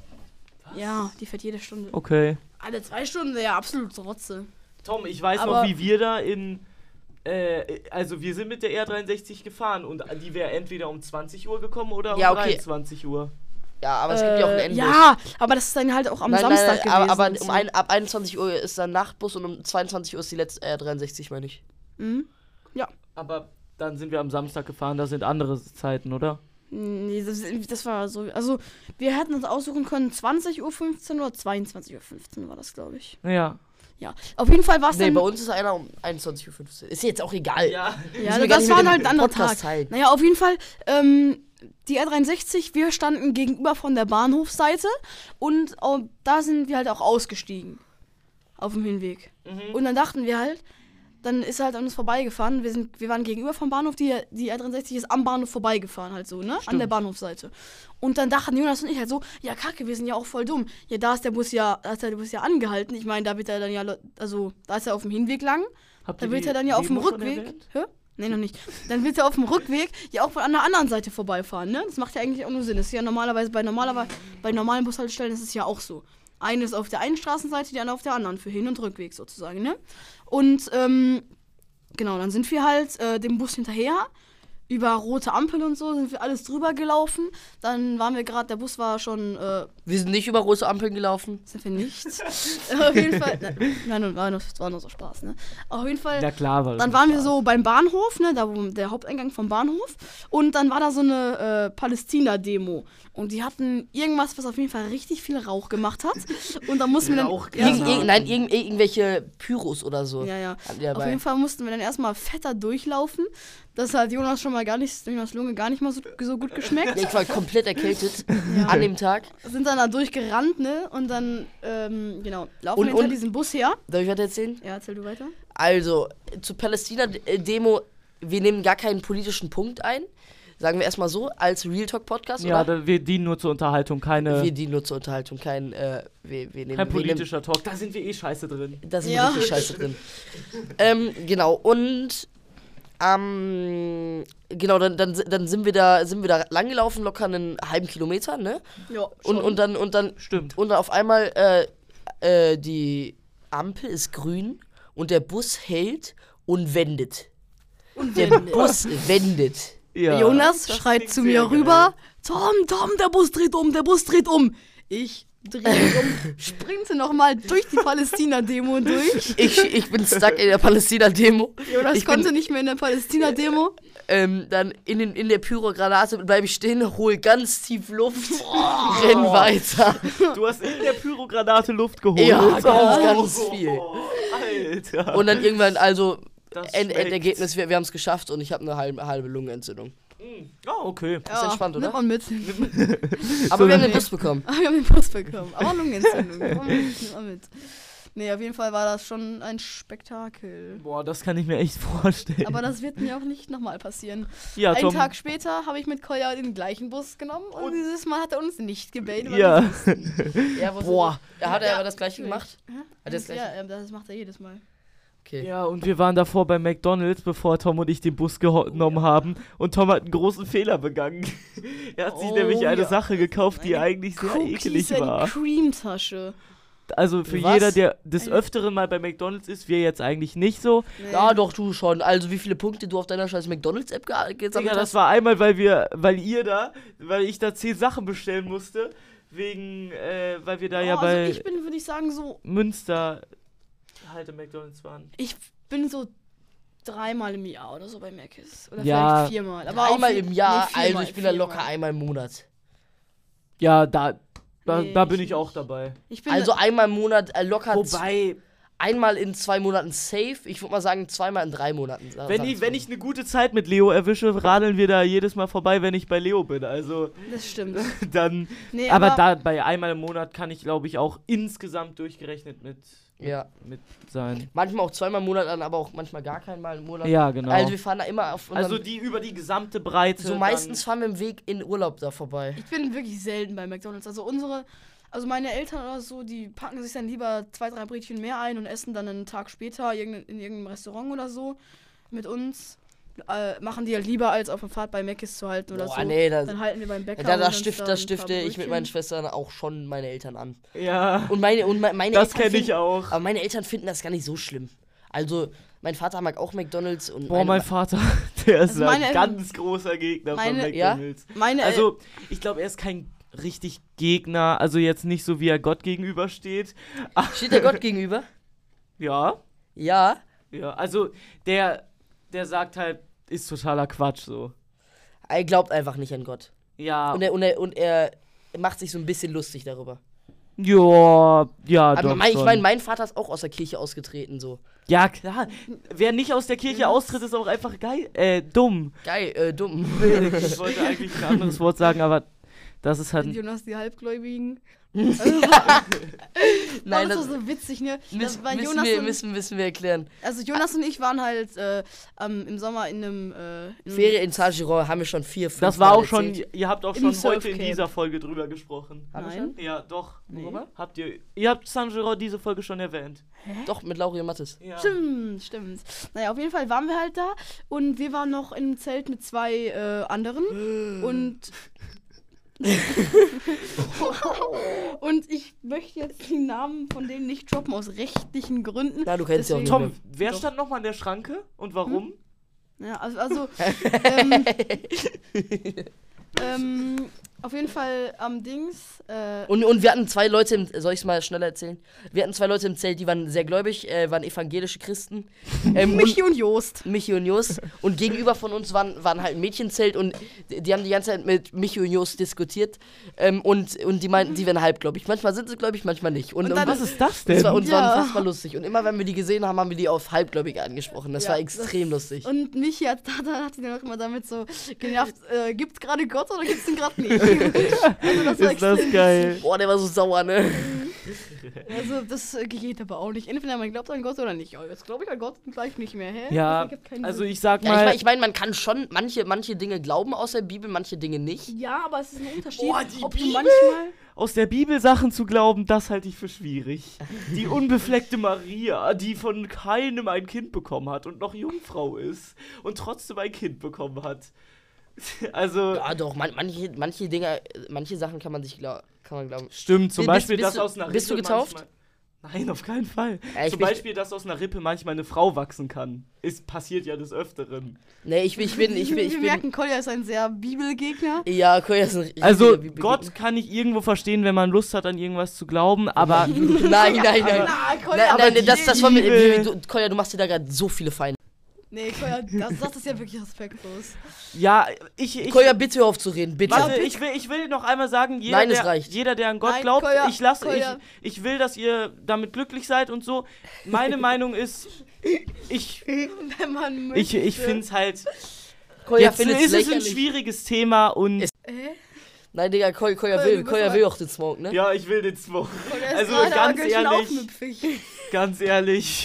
Ja, die fährt jede Stunde. Okay. Alle zwei Stunden, ja, absolut Rotze. Tom, ich weiß Aber- noch, wie wir da in. Äh, also, wir sind mit der R dreiundsechzig gefahren und die wäre entweder um zwanzig Uhr gekommen oder um Ja, okay. dreiundzwanzig Uhr. Ja, aber es gibt ja auch einen Äh, Endbus. Ja, aber das ist dann halt auch am nein, Samstag nein, nein, gewesen. aber, aber und um so. ein, ab einundzwanzig Uhr ist dann Nachtbus und um zweiundzwanzig Uhr ist die letzte R dreiundsechzig, meine ich. Mhm. Aber dann sind wir am Samstag gefahren, da sind andere Zeiten, oder? Nee, das, das war so. Also, wir hätten uns aussuchen können, zwanzig Uhr fünfzehn oder zweiundzwanzig Uhr fünfzehn war das, glaube ich. Ja. Ja, auf jeden Fall war es Nee, dann. bei uns ist einer um einundzwanzig Uhr fünfzehn. Ist jetzt auch egal. Ja. Ja, Müssen wir gar das nicht war mit dem halt ein anderer Podcast Tag. teilen. Naja, auf jeden Fall, ähm, die R dreiundsechzig, wir standen gegenüber von der Bahnhofsseite und oh, da sind wir halt auch ausgestiegen. Auf dem Hinweg. Mhm. Und dann dachten wir halt, dann ist er halt an uns vorbeigefahren. Wir, sind, wir waren gegenüber vom Bahnhof, die, die R dreiundsechzig ist am Bahnhof vorbeigefahren, halt so, ne? An Stimmt. der Bahnhofsseite. Und dann dachten Jonas und ich halt so, ja kacke, wir sind ja auch voll dumm. Ja, da ist der Bus ja, da ist der Bus ja angehalten. Ich meine, da wird er dann ja, le- also, da ist er auf dem Hinweg lang. Habt Da ihr wird die er dann ja auf dem Demo schon Rückweg. erwähnt? Hä? Nee, noch nicht. Dann wird er auf dem Rückweg ja auch von an der anderen Seite vorbeifahren, ne? Das macht ja eigentlich auch nur Sinn. Das ist ja normalerweise bei normalerweise bei normalen Bushaltestellen ist es ja auch so. Eine ist auf der einen Straßenseite, die andere auf der anderen für Hin- und Rückweg sozusagen, ne? Und ähm, genau, dann sind wir halt äh, dem Bus hinterher. Über rote Ampel und so sind wir alles drüber gelaufen. Dann waren wir gerade, der Bus war schon, äh, Wir sind nicht über rote Ampeln gelaufen. sind wir nicht. Auf jeden Fall, nein, nein, war nur, war nur so Spaß, ne? Auf jeden Fall. Ja, klar, war das Dann ein waren wir Spaß. so beim Bahnhof, ne, da wo der Haupteingang vom Bahnhof. Und dann war da so eine äh, Palästina-Demo. Und die hatten irgendwas, was auf jeden Fall richtig viel Rauch gemacht hat. Und da mussten wir dann. Rauch, Ja, Irg Ja. irg nein, irg irgendwelche Pyros oder so. ja, ja. hatten die Auf dabei. jeden Fall mussten wir dann erstmal fetter durchlaufen. Das hat Jonas schon mal gar nicht, Jonas Lunge gar nicht mal so, so gut geschmeckt. Ja, ich war komplett erkältet Ja. an dem Tag. Sind dann da durchgerannt, ne? Und dann, ähm, genau, laufen Und- hinter und- diesem Bus her. Darf ich weiter erzählen? Ja, erzähl du weiter. Also, zur Palästina-Demo, wir nehmen gar keinen politischen Punkt ein. Sagen wir erstmal so, als Real Talk-Podcast, Ja, oder? da, wir dienen nur zur Unterhaltung, keine, Wir dienen nur zur Unterhaltung, kein, äh, wir, wir nehmen, kein wir nehmen, politischer Talk. Da sind wir eh scheiße drin. da sind Ja. wir richtig scheiße drin. ähm, genau, und, ähm, genau, dann, dann, dann sind wir da, sind wir da langgelaufen, locker einen halben Kilometer, ne? Ja, Und, und dann, und dann, Stimmt. und dann auf einmal, äh, äh, die Ampel ist grün und der Bus hält und wendet. und Der wendet. Bus wendet. Ja. Jonas Das schreit klingt zu sehr mir geil. rüber: Tom, Tom, der Bus dreht um, der Bus dreht um. Ich drehe um, sprinte nochmal durch die Palästina-Demo durch. Ich, ich bin stuck in der Palästina-Demo. Jonas Ich bin- konnte nicht mehr in der Palästina-Demo. Ähm, dann in, den, in der Pyrogranate bleibe ich stehen, hol ganz tief Luft, renn weiter. Du hast in der Pyrogranate Luft geholt. Ja, Oh. ganz, ganz viel. Alter. Und dann irgendwann, also, Das End, schmeckt. Endergebnis, wir, wir haben es geschafft und ich habe eine halbe, halbe Lungenentzündung. Oh, okay. Ist entspannt, oder? Nimmt man mit. Aber wir haben den nee. Bus bekommen. Wir haben den Bus bekommen. Aber Lungenentzündung. Nimmt man mit, nimmt man mit. Nee, auf jeden Fall war das schon ein Spektakel. Boah, das kann ich mir echt vorstellen. Aber das wird mir auch nicht nochmal passieren. ja, Einen Tom. Tag später habe ich mit Kolja den gleichen Bus genommen und dieses Mal hat er uns nicht gebaitet. weil Ja. Ja, wo Boah. Er hat er Ja, aber das gleiche gemacht? Hä? Hat er Das, das gleiche? ja, das macht er jedes Mal. Okay. Ja, und wir waren davor bei McDonald's, bevor Tom und ich den Bus genommen haben. Und Tom hat einen großen Fehler begangen. er hat sich Oh, nämlich eine ja. Sache gekauft, die Eine eigentlich sehr ekelig eine war. Creamtasche. Also für Was? jeder, der des Eine- Öfteren mal bei McDonald's ist, wir jetzt eigentlich nicht so. Nee. Ja, doch, du schon. Also, wie viele Punkte du auf deiner scheiß McDonalds-App ge gesammelt Digga, hast? das war einmal, weil wir, weil ihr da, weil ich da zehn Sachen bestellen musste. Wegen, äh, weil wir da Oh, ja bei also ich bin, würde ich sagen, so, Münster halt im McDonald's waren. ich bin so dreimal im Jahr oder so bei Mc's. Oder Ja. vielleicht viermal. Aber einmal auf- im Jahr, nee, viermal, also ich bin da locker viermal. einmal im Monat. Ja, da, da, Nee, da bin ich ich auch nicht. dabei. Ich bin Also einmal im Monat äh, locker. Wobei, Einmal in zwei Monaten safe. Ich würde mal sagen, zweimal in drei Monaten. sa- wenn sag ich, wenn so. ich eine gute Zeit mit Leo erwische, radeln wir da jedes Mal vorbei, wenn ich bei Leo bin. Also das stimmt. dann. Nee, aber, da bei einmal im Monat kann ich, glaube ich, auch insgesamt durchgerechnet mit, Ja. mit sein. Manchmal auch zweimal im Monat, dann aber auch manchmal gar kein Mal im Monat. Ja, genau. Also wir fahren da immer auf unserem, Also die über die gesamte Breite. so meistens fahren wir im Weg in Urlaub da vorbei. Ich bin wirklich selten bei McDonald's. Also unsere, also meine Eltern oder so, die packen sich dann lieber zwei, drei Brötchen mehr ein und essen dann einen Tag später irgendein, in irgendeinem Restaurant oder so mit uns. Äh, machen die halt lieber, als auf der Fahrt bei Mc's zu halten oder Boah, so. nee, das, Dann halten wir beim Bäcker. da, und da, dann stift, da da ein stifte paar ich mit Brötchen. meinen Schwestern auch schon meine Eltern an. Ja, Und meine, und me- meine das Eltern kenne ich finden- auch. Aber meine Eltern finden das gar nicht so schlimm. Also, mein Vater mag auch McDonalds und Boah, meine, mein Vater, der ist Also meine ein Eltern- ganz großer Gegner meine- von Ja? McDonald's. Meine Also, ich glaube, er ist kein richtig Gegner, also jetzt nicht so, wie er Gott gegenübersteht. Steht der Gott gegenüber? Ja, Ja. ja, also der, der sagt halt, ist totaler Quatsch so. Er glaubt einfach nicht an Gott. Ja, Und er, und er, und er macht sich so ein bisschen lustig darüber. ja, ja, Aber doch mein, ich schon. meine, mein Vater ist auch aus der Kirche ausgetreten, so. Ja, klar, wer nicht aus der Kirche austritt, ist auch einfach geil, äh, dumm. Geil, äh, dumm. Ich wollte eigentlich ein anderes Wort sagen, aber das ist halt sind ein Jonas die Halbgläubigen. Nein, Nein, das das ist so witzig, ne? müssen, Das war müssen, Jonas wir, und, müssen, müssen wir erklären. also Jonas und ich waren halt äh, ähm, im Sommer in einem äh, in einem- Ferien in Saint-Giron haben wir schon vier, fünf Das war Mal auch schon, erzählt. ihr habt auch Im schon heute in Surfcamp. dieser Folge drüber gesprochen. Haben wir Nein. Ja, doch. Nee. Worüber? Habt ihr, ihr habt Saint-Giraud diese Folge schon erwähnt. Doch, mit Lauri und Mathis. Ja. Stimmt, stimmt. Naja, auf jeden Fall waren wir halt da und wir waren noch im Zelt mit zwei äh, anderen und und ich möchte jetzt die Namen von denen nicht droppen aus rechtlichen Gründen. Na, du kennst ja auch Deswegen- nicht Tom, wer Doch. stand nochmal in der Schranke und warum? Ja, also, also ähm, ähm, Auf jeden Fall am Dings. Äh, Und, und wir hatten zwei Leute, im, soll ich es mal schneller erzählen? Wir hatten zwei Leute im Zelt, die waren sehr gläubig, äh, waren evangelische Christen. Ähm, Michi und Jost. Michi und Jost. Und gegenüber von uns waren, waren halt ein Mädchenzelt und die, die haben die ganze Zeit mit Michi und Jost diskutiert. Ähm, und, und die meinten, die wären halbgläubig. Manchmal sind sie gläubig, manchmal nicht. Und, Und dann- Was ist das das denn? war uns Ja. war unfassbar lustig. Und immer wenn wir die gesehen haben, haben wir die auf halbgläubig angesprochen. Das Ja, war das- extrem lustig. Und Michi hat, hat, hat ihn dann auch immer damit so genervt, äh, gibt's gerade Gott oder gibt's den gerade nicht? Also das war Ist das extrem geil. Boah, der war so sauer, ne? Also das äh, geht aber auch nicht. Entweder man glaubt an Gott oder nicht. Ja, jetzt glaube ich an Gott und gleich nicht mehr, hä? Ja, Das ergibt keinen also Sinn. ich sag Ja, ich mal, meine, ich mein, man kann schon manche, manche Dinge glauben aus der Bibel, manche Dinge nicht. Ja, aber es ist ein Unterschied, Boah, die ob du Bibel? manchmal... aus der Bibel Sachen zu glauben, das halte ich für schwierig. Die unbefleckte Maria, die von keinem ein Kind bekommen hat und noch Jungfrau ist und trotzdem ein Kind bekommen hat. Also, Ja, doch, man, manche, manche Dinge, manche Sachen kann man sich glaub, kann man glauben. stimmt, zum Bist- Beispiel, bist dass du- aus einer Rippe bist du getauft? manchmal- Nein, auf keinen Fall. Ja, ich zum bin- Beispiel, dass aus einer Rippe manchmal eine Frau wachsen kann. Ist passiert ja des Öfteren. Nee, ich bin, ich bin, ich bin, ich Wir bin. merken, Kolja ist ein sehr Bibelgegner. Ja, Koya ist ein richtiger Also, Bibelgegner. Gott kann ich irgendwo verstehen, wenn man Lust hat, an irgendwas zu glauben, aber Nein, nein, nein. Aber- Na, Kolja, Nein, aber nein, die das, das war mit, Bibel- du, Koya, du machst dir da gerade so viele Feinde. nee, Kolja, das, das ist ja wirklich respektlos. ja, ich... ich Koya, bitte hör auf zu reden, bitte. Warte, ich will, ich will noch einmal sagen, jeder, Nein, es der, reicht. jeder der an Gott Nein, glaubt, Kolja, ich lasse, ich, Kolja. ich will, dass ihr damit glücklich seid und so. Meine Meinung ist, ich, Wenn man möchte. ich, ich finde es halt, Koya jetzt findet ist es ein lächerlich. schwieriges Thema und Es- Äh? Nein, Digga, Koya, Koya Koya, will, du bist Koya aber- will auch den Smoke, ne? ja, ich will den Smoke. Kolja ist Also gerade ganz ganz schön ehrlich, aufmüpfig. ganz ehrlich,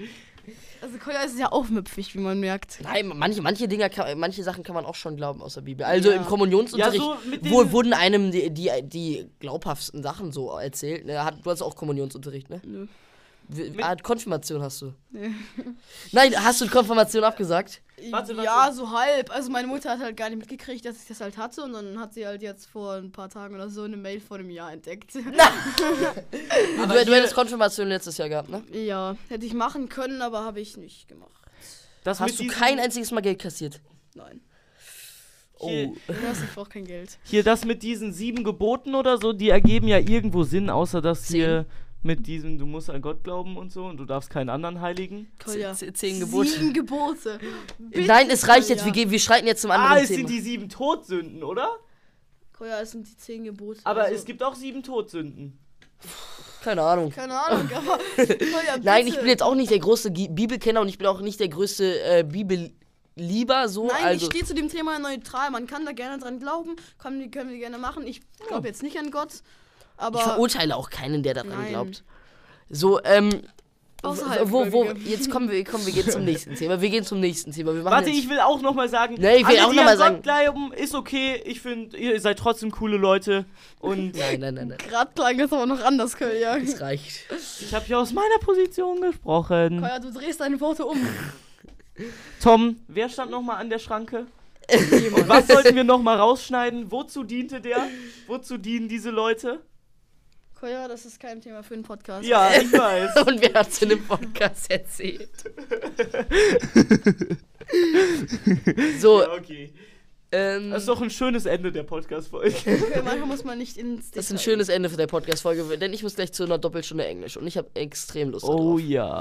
Also Kolja ist sehr aufmüpfig, wie man merkt. Nein, manche, manche Dinge, kann, manche Sachen kann man auch schon glauben aus der Bibel. Also Ja. im Kommunionsunterricht Ja, so mit wo, den- wurden einem die, die, die glaubhaftesten Sachen so erzählt. Ne? Hat, du hast auch Kommunionsunterricht, ne? Nö. Wie- Mit- Ah, Konfirmation hast du. Nee. Nein, hast du die Konfirmation abgesagt? Warte, warte. Ja, so halb. Also meine Mutter hat halt gar nicht mitgekriegt, dass ich das halt hatte. Und dann hat sie halt jetzt vor ein paar Tagen oder so eine Mail vor einem Jahr entdeckt. Aber du, du hättest Konfirmation letztes Jahr gehabt, ne? Ja, hätte ich machen können, aber habe ich nicht gemacht. das Hast mit du diesen- kein einziges Mal Geld kassiert? Nein. Hier, Oh. Das, ich brauche kein Geld. hier das mit diesen sieben Geboten oder so, die ergeben ja irgendwo Sinn, außer dass hier mit diesem, du musst an Gott glauben und so und du darfst keinen anderen heiligen. Kolja. Z- zehn Gebote. Sieben Gebote. Bitte, Nein, es reicht jetzt. Kolja. Wir, gehen, wir schreiten jetzt zum Ah, anderen es Thema. sind die sieben Todsünden, oder? Kolja, es sind die zehn Gebote. Aber Also, es gibt auch sieben Todsünden. Keine Ahnung. keine Ahnung, aber. Kolja, bitte. Nein, ich bin jetzt auch nicht der große Gi- Bibelkenner und ich bin auch nicht der größte äh, Bibellieber. So, Nein, also. ich stehe zu dem Thema neutral. Man kann da gerne dran glauben. Können die, können die gerne machen. Ich glaube jetzt nicht an Gott. Aber. Ich verurteile auch keinen, der daran Nein. glaubt. So, ähm. Außerhalb wo, wo, Gläubige. jetzt kommen wir, kommen wir gehen zum nächsten Thema. Wir gehen zum nächsten Thema. Wir machen Warte, jetzt, ich will auch nochmal sagen, Nee, ich will alle, auch die noch mal an sagen- Gott glauben, ist okay. Ich finde, ihr seid trotzdem coole Leute. Und Nein, nein, nein, nein. Gerade klang es aber noch anders, Kolja. Es reicht. ich habe hier aus meiner Position gesprochen. Kolja, du drehst deine Worte um. Tom, wer stand nochmal an der Schranke? Und was sollten wir nochmal rausschneiden? Wozu diente der? Wozu dienen diese Leute? Kolja, das ist kein Thema für einen Podcast. Ja, ich weiß. Und wer hat's in dem Podcast erzählt? so, Ja, okay. ähm. Das ist doch ein schönes Ende der Podcast-Folge. Okay, manchmal muss man nicht ins Das ist ein Detail. schönes Ende für der Podcast-Folge, denn ich muss gleich zu einer Doppelstunde Englisch und ich habe extrem Lust Oh darauf. ja.